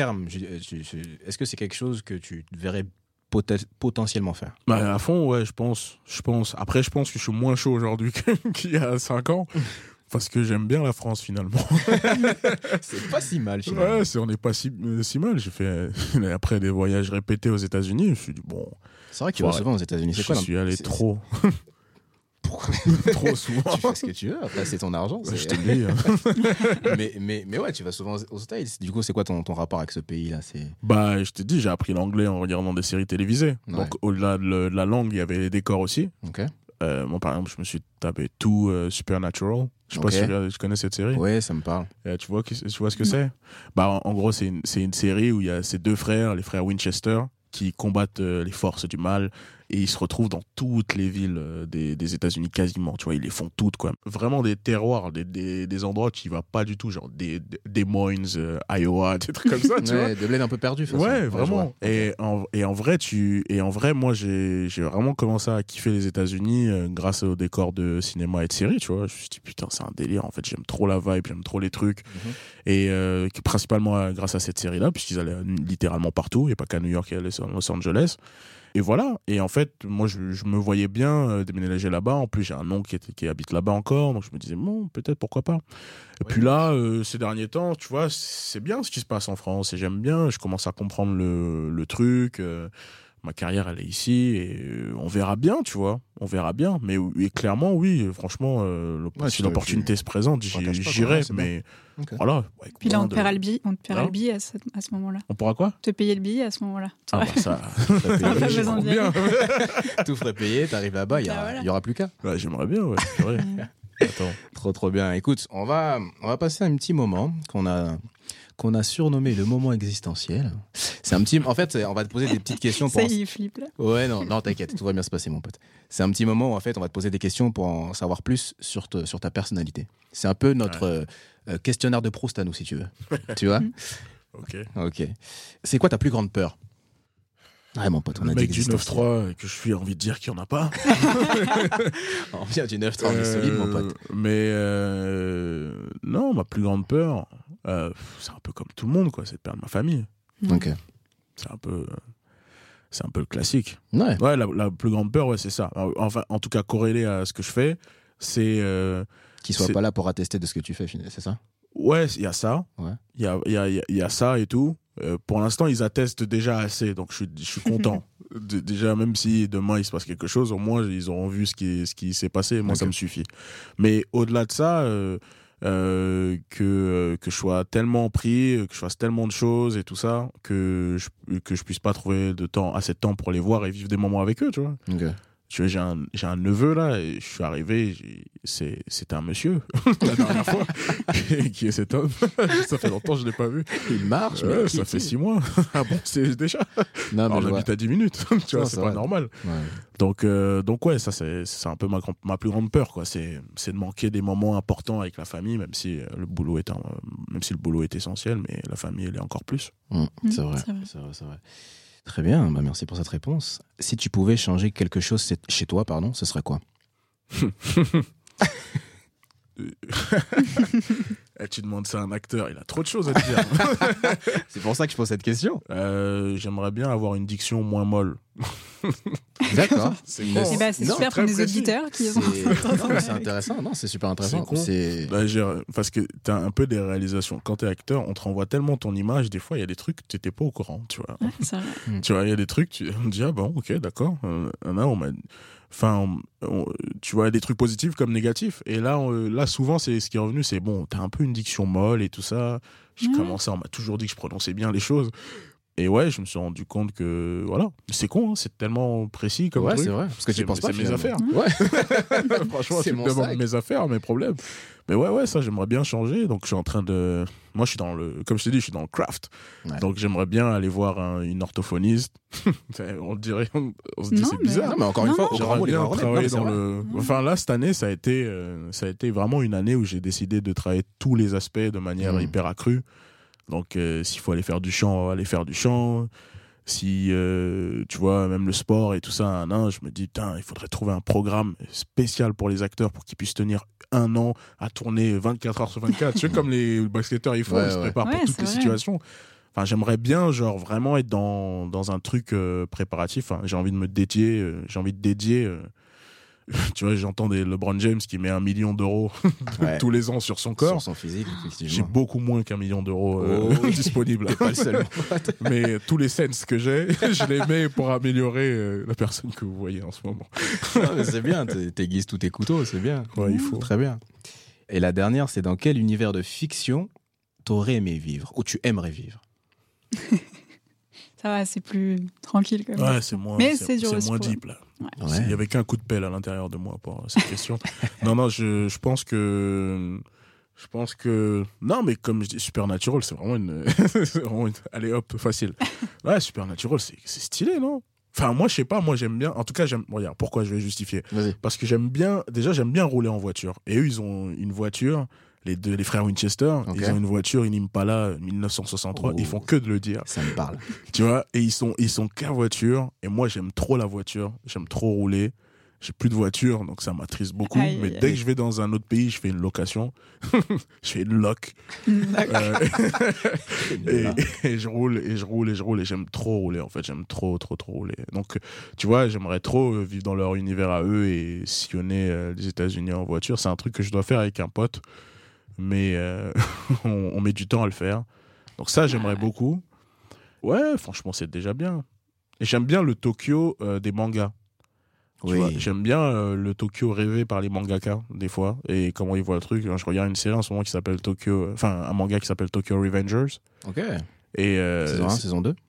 est-ce que c'est quelque chose que tu verrais potentiellement faire? Bah, à fond, ouais, je pense. Après, je pense que je suis moins chaud aujourd'hui qu'il y a 5 ans. Parce que j'aime bien la France, finalement. C'est pas si mal, finalement. Ouais, on n'est pas si mal. J'ai fait, après des voyages répétés aux États-Unis, je me suis dit, bon. C'est vrai que tu vas souvent aux États-Unis. C'est quoi? Je suis allé trop. Pourquoi? Trop souvent. Tu fais ce que tu veux. Après, c'est ton argent. Je te dis. mais ouais, tu vas souvent aux States. Du coup, c'est quoi ton rapport avec ce pays-là? Bah, je te dis, j'ai appris l'anglais en regardant des séries télévisées. Ouais. Donc, au-delà de la langue, il y avait les décors aussi. Ok. Moi, par exemple, je me suis tapé tout Supernatural. Je sais pas si tu connais cette série. Ouais, ça me parle. Tu vois ce que c'est? Bah, en gros, c'est une série où il y a ces 2 frères, les frères Winchester, qui combattent les forces du mal. Et ils se retrouvent dans toutes les villes des États-Unis quasiment, tu vois, ils les font toutes, quoi. Vraiment des terroirs, des endroits qui ne vont pas du tout, genre des Moines, Iowa, des trucs comme ça, tu vois. Des bleds un peu perdus, ouais, vraiment. Et en vrai, moi, j'ai vraiment commencé à kiffer les États-Unis grâce au décor de cinéma et de séries, tu vois. Je me suis dit, putain, c'est un délire, en fait, j'aime trop la vibe, j'aime trop les trucs. Et principalement grâce à cette série-là, puisqu'ils allaient littéralement partout, et pas qu'à New York et à Los Angeles. Et voilà, et en fait, moi je me voyais bien déménager là-bas. En plus, j'ai un oncle qui habite là-bas encore, donc je me disais, bon, peut-être, pourquoi pas. Et puis là, ces derniers temps, tu vois, c'est bien ce qui se passe en France, et j'aime bien, je commence à comprendre le truc. ma carrière elle est ici et on verra bien, tu vois, on verra bien. Mais et clairement oui, franchement, si l'opportunité se présente, j'irai. Mais voilà. Puis là on te paiera le billet à ce moment-là. On pourra quoi? Te payer le billet à ce moment-là. Ah bah ça, pas besoin de bien. Tout frais payé, t'arrives là-bas, il y aura plus qu'à. Ouais, j'aimerais bien, ouais. Attends. Trop bien. Écoute, on va passer à un petit moment qu'on a surnommé le moment existentiel. C'est un petit... En fait, on va te poser des petites questions pour... Ça y est, flippe là. Ouais, non, t'inquiète, tout va bien se passer, mon pote. C'est un petit moment où, en fait, on va te poser des questions pour en savoir plus sur ta personnalité. C'est un peu notre questionnaire de Proust à nous, si tu veux. Tu vois? Ok. C'est quoi ta plus grande peur? Ouais, mon pote, on a dit mec du 9-3 que je suis envie de dire qu'il n'y en a pas. On vient du 9-3, on est solide, mon pote. Mais non, ma plus grande peur, c'est un peu comme tout le monde, quoi, c'est de perdre ma famille. Ok. C'est un peu le classique. Ouais. Ouais, la plus grande peur, ouais, c'est ça. Enfin, en tout cas, corrélé à ce que je fais, c'est qu'ils soient pas là pour attester de ce que tu fais, c'est ça? Ouais, il y a ça. Ouais. Il y a ça et tout. Pour l'instant, ils attestent déjà assez, donc je suis content. Déjà, même si demain il se passe quelque chose, au moins ils auront vu ce qui s'est passé. Moi, ça me suffit. Mais au-delà de ça, que je sois tellement pris, que je fasse tellement de choses et tout ça, que je puisse pas trouver assez de temps pour les voir et vivre des moments avec eux, tu vois. Okay. Tu vois, j'ai un neveu là, et je suis arrivé, c'était un monsieur la dernière fois, qui est cet homme. Ça fait longtemps que je l'ai pas vu. Il marche, ça fait 6 mois. Ah bon, c'est déjà. Non, mais on habite à 10 minutes, tu vois, c'est pas normal. Ouais. Donc ouais, ça c'est un peu ma plus grande peur, quoi. C'est de manquer des moments importants avec la famille, même si le boulot est essentiel, mais la famille elle est encore plus. C'est vrai. Très bien, merci pour cette réponse. Si tu pouvais changer quelque chose chez toi, ce serait quoi? Tu demandes ça à un acteur, il a trop de choses à te dire. C'est pour ça que je pose cette question. J'aimerais bien avoir une diction moins molle. D'accord. C'est super pour les auditeurs qui ont... C'est intéressant. Non, c'est super intéressant. Parce que tu as un peu des réalisations. Quand tu es acteur, on te renvoie tellement ton image, des fois, il y a des trucs que tu n'étais pas au courant. Tu vois, tu vois, il y a des trucs, on te dit, ah bon, ok, d'accord. Tu vois, des trucs positifs comme négatifs. Et là, souvent, c'est ce qui est revenu, c'est bon, t'as un peu une diction molle et tout ça. On m'a toujours dit que je prononçais bien les choses. Et ouais, je me suis rendu compte que, voilà, c'est con, hein, c'est tellement précis comme truc. Ouais, c'est vrai, parce que tu penses pas. C'est mes affaires. Ouais. Franchement, c'est mes affaires, mes problèmes. Mais ouais, ça, j'aimerais bien changer. Donc, je suis en train de... Moi, je suis comme je t'ai dit, je suis dans le craft. Ouais. Donc, j'aimerais bien aller voir une orthophoniste. On dirait, on se dit, c'est bizarre. Non, mais encore une fois, j'aimerais bien travailler dans le... Enfin, là, cette année, ça a été vraiment une année où j'ai décidé de travailler tous les aspects de manière hyper accrue. Donc, s'il faut aller faire du chant, on va aller faire du chant. Si, tu vois, même le sport et tout ça, je me dis, putain, il faudrait trouver un programme spécial pour les acteurs pour qu'ils puissent tenir 1 an à tourner 24 heures sur 24. Tu sais, comme les basketteurs, ils se préparent pour toutes les situations. Enfin, j'aimerais bien, genre, vraiment être dans un truc préparatif. J'ai envie de me dédier, tu vois, j'entends des LeBron James qui met 1 million d'euros tous les ans sur son corps. Sur son physique, effectivement. J'ai beaucoup moins qu'1 million d'euros disponibles. T'es pas le seul. Mais tous les cents que j'ai, je les mets pour améliorer la personne que vous voyez en ce moment. Non, mais c'est bien, t'aiguises tous tes couteaux, c'est bien. Ouais, il faut. Très bien. Et la dernière, c'est dans quel univers de fiction t'aurais aimé vivre, ou tu aimerais vivre? Ça va, c'est plus tranquille quand même. Ouais, c'est moins deep là. Ouais. Il n'y avait qu'un coup de pelle à l'intérieur de moi pour cette question. Non, je pense que... Non, mais comme je dis, Supernatural, c'est vraiment une... Allez hop, facile. Ouais, Supernatural, c'est stylé, non? Enfin, moi, je sais pas, moi j'aime bien... En tout cas, regarde, pourquoi je vais justifier. Vas-y. Parce que j'aime bien rouler en voiture. Et eux, ils ont une voiture... Les frères Winchester, ils ont une voiture, une Impala 1963, ils font que de le dire. Ça me parle. Tu vois, et ils sont qu'à voiture, et moi j'aime trop la voiture, j'aime trop rouler. J'ai plus de voiture, donc ça m'attriste beaucoup. Mais dès que je vais dans un autre pays, je fais une location. Je fais une loc. Et je roule, et j'aime trop rouler, en fait. J'aime trop rouler. Donc, tu vois, j'aimerais trop vivre dans leur univers à eux et sillonner les États-Unis en voiture. C'est un truc que je dois faire avec un pote. Mais on met du temps à le faire. Donc ça, j'aimerais beaucoup. Ouais, franchement, c'est déjà bien. Et j'aime bien le Tokyo des mangas. J'aime bien le Tokyo rêvé par les mangaka des fois et comment ils voient le truc. Je regarde une série en ce moment qui s'appelle un manga qui s'appelle Tokyo Revengers. Ok. Et saison 1, saison 2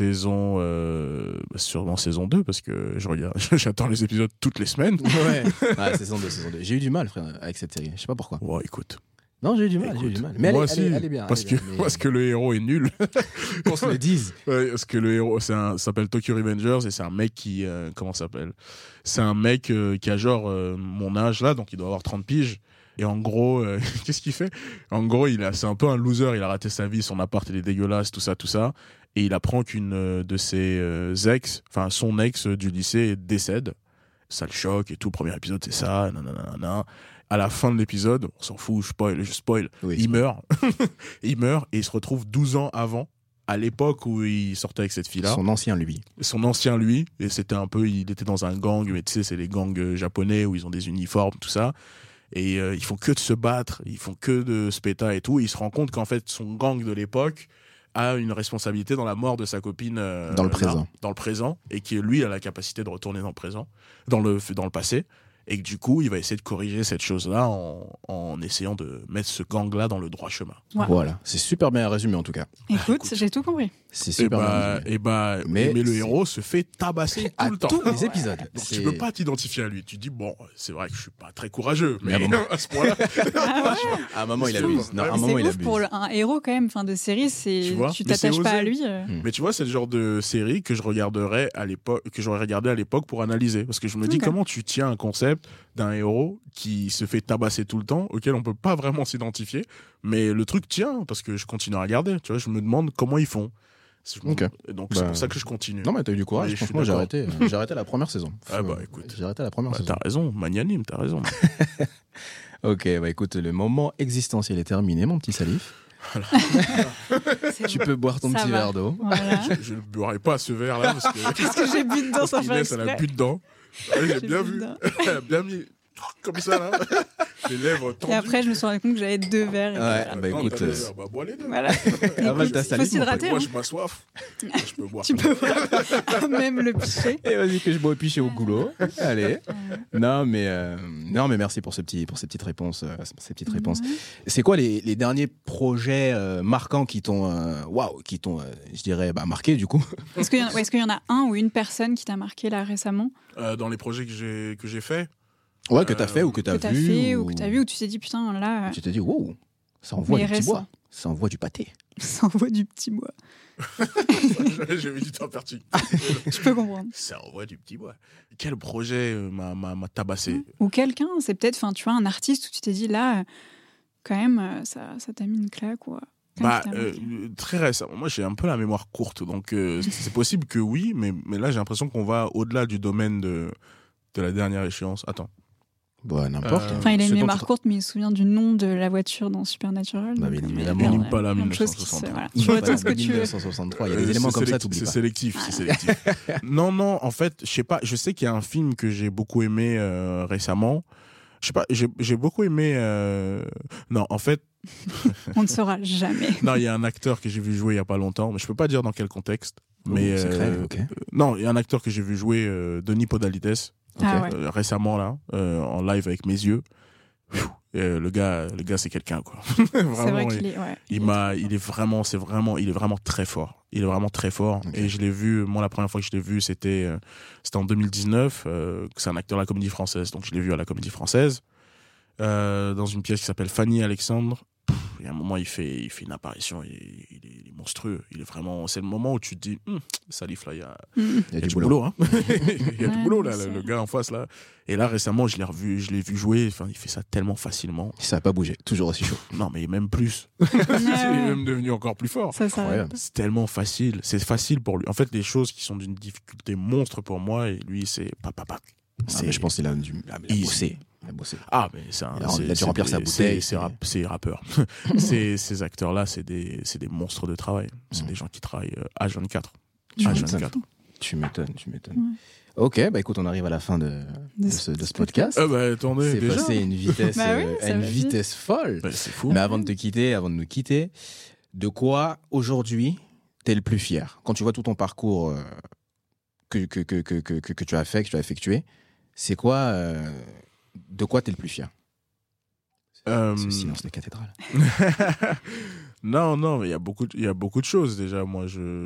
sûrement saison 2 parce que j'attends les épisodes toutes les semaines. Ouais, saison 2. J'ai eu du mal, frère, avec cette série. Je sais pas pourquoi. Ouais, écoute. Non, j'ai eu du mal. Mais moi elle est bien. Parce que le héros est nul. Qu'on se le dise. Ouais, parce que le héros, ça s'appelle Tokyo Revengers et c'est un mec qui. Comment ça s'appelle ? C'est un mec qui a genre mon âge là, donc il doit avoir 30 piges. Et en gros, qu'est-ce qu'il fait ? En gros, c'est un peu un loser. Il a raté sa vie, son appart il est dégueulasse, tout ça. Et il apprend qu'une de ses son ex du lycée décède. Ça le choque et tout. Le premier épisode, c'est ça. Nanana. À la fin de l'épisode, on s'en fout, je spoil. Oui, il meurt. Il meurt et il se retrouve 12 ans avant, à l'époque où il sortait avec cette fille-là. Son ancien lui. Et c'était un peu, il était dans un gang, mais tu sais, c'est les gangs japonais où ils ont des uniformes, tout ça. Et ils font que de se battre, ils font que de se péta et tout. Et il se rend compte qu'en fait, son gang de l'époque a une responsabilité dans la mort de sa copine dans le présent, et qui lui a la capacité de retourner dans le présent, dans le passé. Et que du coup, il va essayer de corriger cette chose-là en essayant de mettre ce gang-là dans le droit chemin. Ouais. Voilà, c'est super bien résumé en tout cas. Écoute, j'ai tout compris. C'est super bien résumé. Mais le héros se fait tabasser tout le temps. Tous les épisodes. Donc tu peux pas t'identifier à lui. Tu dis, bon, c'est vrai que je suis pas très courageux, mais à ce point-là... À un moment, il abuse. Non, à un moment, il abuse. Pour un héros quand même, fin de série, tu t'attaches pas à lui. Mais tu vois, c'est le genre de série que j'aurais regardé à l'époque pour analyser. Parce que je me dis, comment tu tiens un concept d'un héros qui se fait tabasser tout le temps, auquel on peut pas vraiment s'identifier, mais le truc tient parce que je continue à regarder. Tu vois, je me demande comment ils font. Donc c'est pour ça que je continue. Non mais t'as eu du courage. Franchement, j'ai arrêté la première saison. Écoute, j'ai arrêté la première saison. T'as raison, magnanime, t'as raison. Ok, écoute, le moment existentiel est terminé, mon petit Salif. Voilà. Tu peux boire ton petit verre d'eau. Voilà. Je ne boirai pas ce verre là parce que j'ai bu dedans sans faire exprès. Elle a bu dedans. J'ai bien vu. Elle a bien mis comme ça là. Les lèvres tendues. Et après, je me suis rendu compte que j'avais 2 verres. Écoute. Bois les 2. Voilà. Faut s'hydrater. Moi, je m'assois. Je peux boire. Tu peux boire. Même le pichet. Et vas-y que je bois au pichet au goulot. Allez. Non, mais merci pour ces petites réponses. C'est quoi les derniers projets marquants qui t'ont, je dirais, marqué du coup? Est-ce qu'il y en a un ou une personne qui t'a marqué là récemment? Dans les projets que j'ai faits. Ouais, que t'as fait ou que t'as vu. Ou que t'as vu, ou tu t'es dit, putain, là. Tu t'es dit, wow, ça envoie du petit bois. Ça envoie du pâté. Ça envoie du petit bois. J'avais dit toi parti. Je peux comprendre. Ça envoie du petit bois. Quel projet m'a tabassé? Ou quelqu'un, c'est peut-être, un artiste où tu t'es dit, là, quand même, ça t'a mis une claque, quoi. Très récemment. Moi, j'ai un peu la mémoire courte, donc c'est possible que oui, mais là, j'ai l'impression qu'on va au-delà du domaine de la dernière échéance. Attends. N'importe. Il a une mémoire courte, mais il se souvient du nom de la voiture dans Supernatural. Évidemment. Il pas la 1963. Tu vois ce que tu veux. 1963. Il y a des éléments comme ça, t'oublies pas. C'est sélectif. Non, en fait, je sais pas. Je sais qu'il y a un film que j'ai beaucoup aimé récemment. Je sais pas. J'ai beaucoup aimé. Non, en fait. On ne saura jamais. Non, il y a un acteur que j'ai vu jouer il y a pas longtemps, mais je peux pas dire dans quel contexte. Mais non, il y a un acteur que j'ai vu jouer, Denis Podalides. Récemment là, en live avec mes yeux. Le gars c'est quelqu'un quoi. Vraiment, c'est vrai qu'il est. Il est vraiment très fort. Il est vraiment très fort. Okay. Et je l'ai vu. Moi, la première fois que je l'ai vu, c'était en 2019. C'est un acteur de la Comédie Française, donc je l'ai vu à la Comédie Française dans une pièce qui s'appelle Fanny Alexandre. Et à un moment, il fait une apparition, il est monstrueux. Il est vraiment, c'est le moment où tu te dis, Salif, là, il y a du boulot. Hein. Il y a du boulot, là, le gars en face, là. Et là, récemment, je l'ai vu jouer. Enfin, il fait ça tellement facilement. Ça n'a pas bougé, toujours aussi chaud. Non, mais même plus. Il est même devenu encore plus fort. C'est tellement facile. C'est facile pour lui. En fait, les choses qui sont d'une difficulté monstre pour moi, et lui, c'est papa. Mais je pense qu'il a bossé. Ah, mais il a dû remplir sa bouteille. C'est rappeur. Ces acteurs-là, c'est des monstres de travail. C'est des gens qui travaillent H24. Tu m'étonnes. Ouais. Ok, écoute, on arrive à la fin de ce podcast. Attendez, c'est passé à une vitesse folle. C'est fou. Mais avant de nous quitter, de quoi aujourd'hui t'es le plus fier? Quand tu vois tout ton parcours que tu as fait, que tu as effectué, c'est quoi, de quoi tu es le plus fier? Ce silence de cathédrale. Non, mais il y a beaucoup de choses déjà. Moi,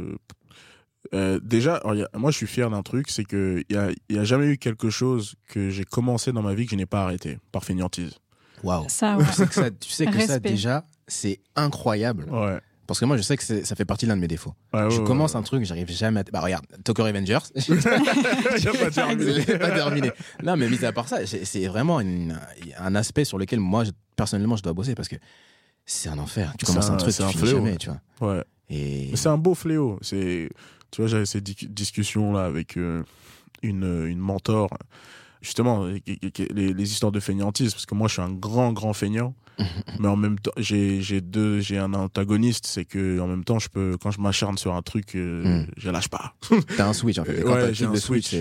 moi, je suis fier d'un truc, c'est qu'il n'y a jamais eu quelque chose que j'ai commencé dans ma vie que je n'ai pas arrêté, par fainéantise. Waouh. Ça, ouais. Tu sais que ça, déjà, c'est incroyable. Ouais. Parce que moi, je sais que ça fait partie de l'un de mes défauts. Je commence un truc, j'arrive jamais à... Bah regarde, Tokyo Revengers. Il n'y a pas terminé. pas terminé. Non, mais mis à part ça, c'est vraiment un aspect sur lequel moi, personnellement, je dois bosser parce que c'est un enfer. Tu commences un truc, tu finis jamais, tu vois. Ouais. Et... C'est un beau fléau. Tu vois, j'avais cette discussion-là avec une mentor. Justement, les histoires de fainéantise, parce que moi, je suis un grand feignant. Mais en même temps, j'ai un antagoniste, c'est que en même temps, quand je m'acharne sur un truc, je lâche pas. T'as un switch en fait. Ouais, j'ai un switch.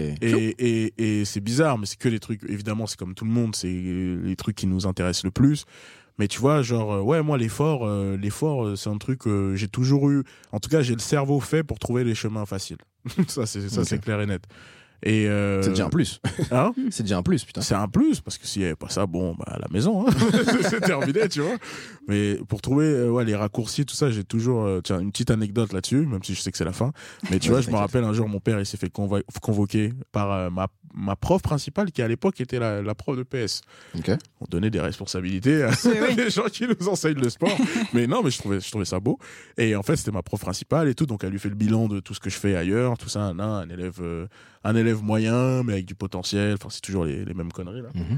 Et c'est bizarre, mais c'est que les trucs. Évidemment, c'est comme tout le monde, c'est les trucs qui nous intéressent le plus. Mais tu vois, genre, moi, l'effort, c'est un truc que j'ai toujours eu. En tout cas, j'ai le cerveau fait pour trouver les chemins faciles. Ça, c'est clair et net. Et c'est déjà un plus. Hein? C'est déjà un plus, putain. C'est un plus, parce que s'il n'y avait pas ça, bon, bah, à la maison, hein. C'est terminé, tu vois. Mais pour trouver les raccourcis, tout ça, j'ai toujours tiens, une petite anecdote là-dessus, même si je sais que c'est la fin. Mais tu vois, je me rappelle un jour, mon père, il s'est fait convoquer par ma prof principale, qui à l'époque était la prof de PS. Okay. On donnait des responsabilités à les gens qui nous enseignent le sport. Mais non, mais je trouvais ça beau. Et en fait, c'était ma prof principale et tout, donc elle lui fait le bilan de tout ce que je fais ailleurs, tout ça, un élève moyen, mais avec du potentiel. Enfin, c'est toujours les mêmes conneries,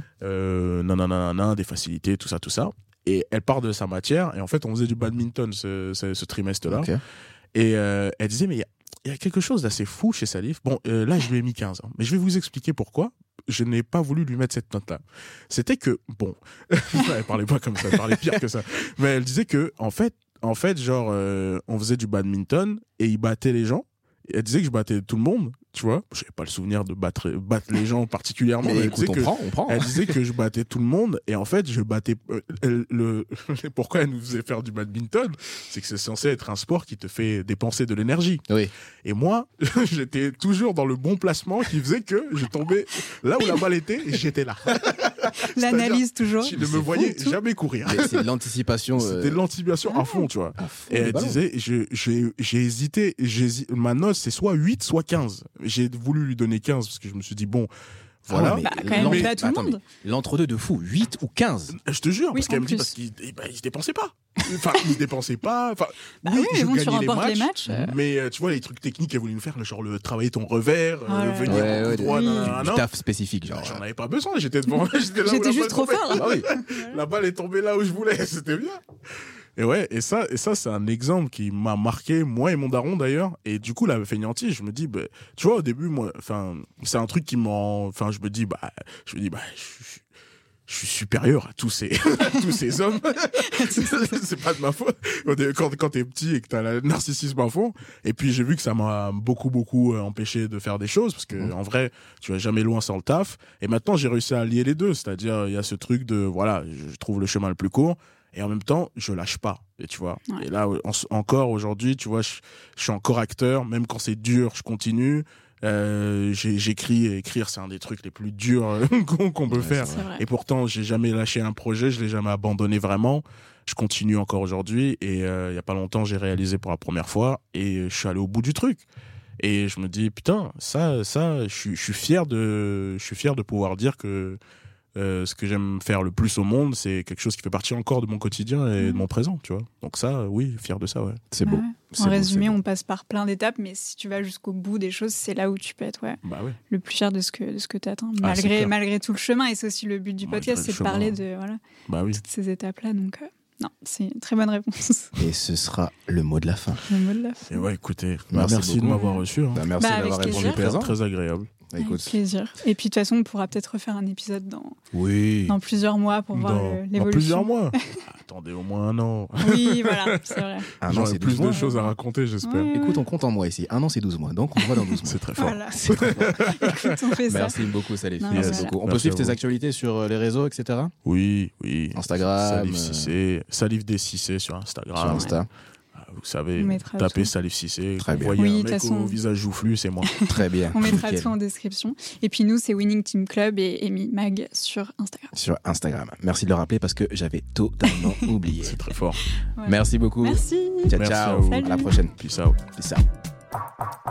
là. Des facilités, tout ça. Et elle part de sa matière. Et en fait, on faisait du badminton ce trimestre-là. Okay. Et elle disait, mais il y a quelque chose d'assez fou chez Salif. Bon, là, je lui ai mis 15. Hein, mais je vais vous expliquer pourquoi. Je n'ai pas voulu lui mettre cette note-là. C'était que, bon, elle parlait pas comme ça, elle parlait pire que ça. Mais elle disait que, en fait, genre, on faisait du badminton et il battait les gens. Elle disait que je battais tout le monde, tu vois. Je n'avais pas le souvenir de battre les gens particulièrement. Mais écoute, on prend. Elle disait que je battais tout le monde et en fait, je battais. Pourquoi elle nous faisait faire du badminton? C'est que c'est censé être un sport qui te fait dépenser de l'énergie. Oui. Et moi, j'étais toujours dans le bon placement qui faisait que je tombais là où la balle était et j'étais là. L'analyse toujours. Je ne me voyais jamais courir. C'est de l'anticipation. C'était de l'anticipation à fond, tu vois. Et elle disait, j'ai hésité. Ma note, c'est soit 8, soit 15. J'ai voulu lui donner 15 parce que je me suis dit, bon, voilà. Quand même pas tout le monde. L'entre-deux de fou, 8 ou 15. Je te jure, oui, parce qu'elle me dit, parce qu'il se dépensait pas. Enfin, il se dépensait pas. Enfin, je gagnais les matchs. Mais tu vois, les trucs techniques qu'elle voulait nous faire, genre travailler ton revers, venir en coup droit, du taf spécifique. Genre. J'en avais pas besoin, j'étais devant. J'étais juste trop fort. Ah oui. La balle est tombée là où je voulais, c'était bien. Et ouais, et ça c'est un exemple qui m'a marqué, moi et mon daron d'ailleurs. Et du coup, la fainéantise, je me dis, tu vois, au début, moi, c'est un truc qui je me dis, je suis supérieur à tous ces hommes. C'est pas de ma faute. Quand t'es petit et que t'as le narcissisme à fond. Et puis, j'ai vu que ça m'a beaucoup empêché de faire des choses parce que, en vrai, tu vas jamais loin sans le taf. Et maintenant, j'ai réussi à allier les deux. C'est-à-dire, il y a ce truc de, voilà, je trouve le chemin le plus court. Et en même temps, je lâche pas. Et tu vois. Ouais. Et là, encore aujourd'hui, tu vois, je suis encore acteur. Même quand c'est dur, je continue. J'écris, et écrire, c'est un des trucs les plus durs qu'on peut faire. Et pourtant, j'ai jamais lâché un projet, je l'ai jamais abandonné vraiment. Je continue encore aujourd'hui. Et il y a pas longtemps, j'ai réalisé pour la première fois. Et je suis allé au bout du truc. Et je me dis, putain, ça, je suis fier de pouvoir dire que ce que j'aime faire le plus au monde, c'est quelque chose qui fait partie encore de mon quotidien et de mon présent, tu vois. Donc ça, oui, fier de ça, ouais. C'est beau. En résumé, on passe par plein d'étapes, mais si tu vas jusqu'au bout des choses, c'est là où tu peux être le plus fier de ce que tu atteins, malgré tout le chemin. Et c'est aussi le but du podcast, c'est de parler de toutes ces étapes-là. Donc, non, c'est une très bonne réponse. Et ce sera le mot de la fin. Le mot de la fin. Et ouais, écoutez, merci de m'avoir reçu. Merci d'avoir répondu présent. Très agréable. Avec plaisir. Et puis de toute façon, on pourra peut-être refaire un épisode dans plusieurs mois pour voir l'évolution. Dans plusieurs mois. Attendez au moins un an. Oui, voilà, c'est vrai. J'aurai plus de choses à raconter, j'espère. Ouais. Écoute, on compte en mois ici. Un an, c'est 12 mois. Donc, on voit dans 12 mois. C'est très fort. Voilà. C'est très fort. Écoute, on fait ça. Merci beaucoup, Salif. Merci beaucoup. On peut suivre tes actualités sur les réseaux, etc. Oui. Instagram. Salif D6C sur Instagram. Sur Insta. vous savez, tapez Salif Cissé. Très bien. Vous voyez un mec au visage joufflu, c'est moi. Très bien. On mettra tout en description. Et puis nous, c'est Winning Team Club et Amy Mag sur Instagram. Sur Instagram. Merci de le rappeler parce que j'avais totalement oublié. C'est très fort. Ouais. Merci beaucoup. Merci. Ciao, Merci ciao. À la prochaine. Peace out. Peace out.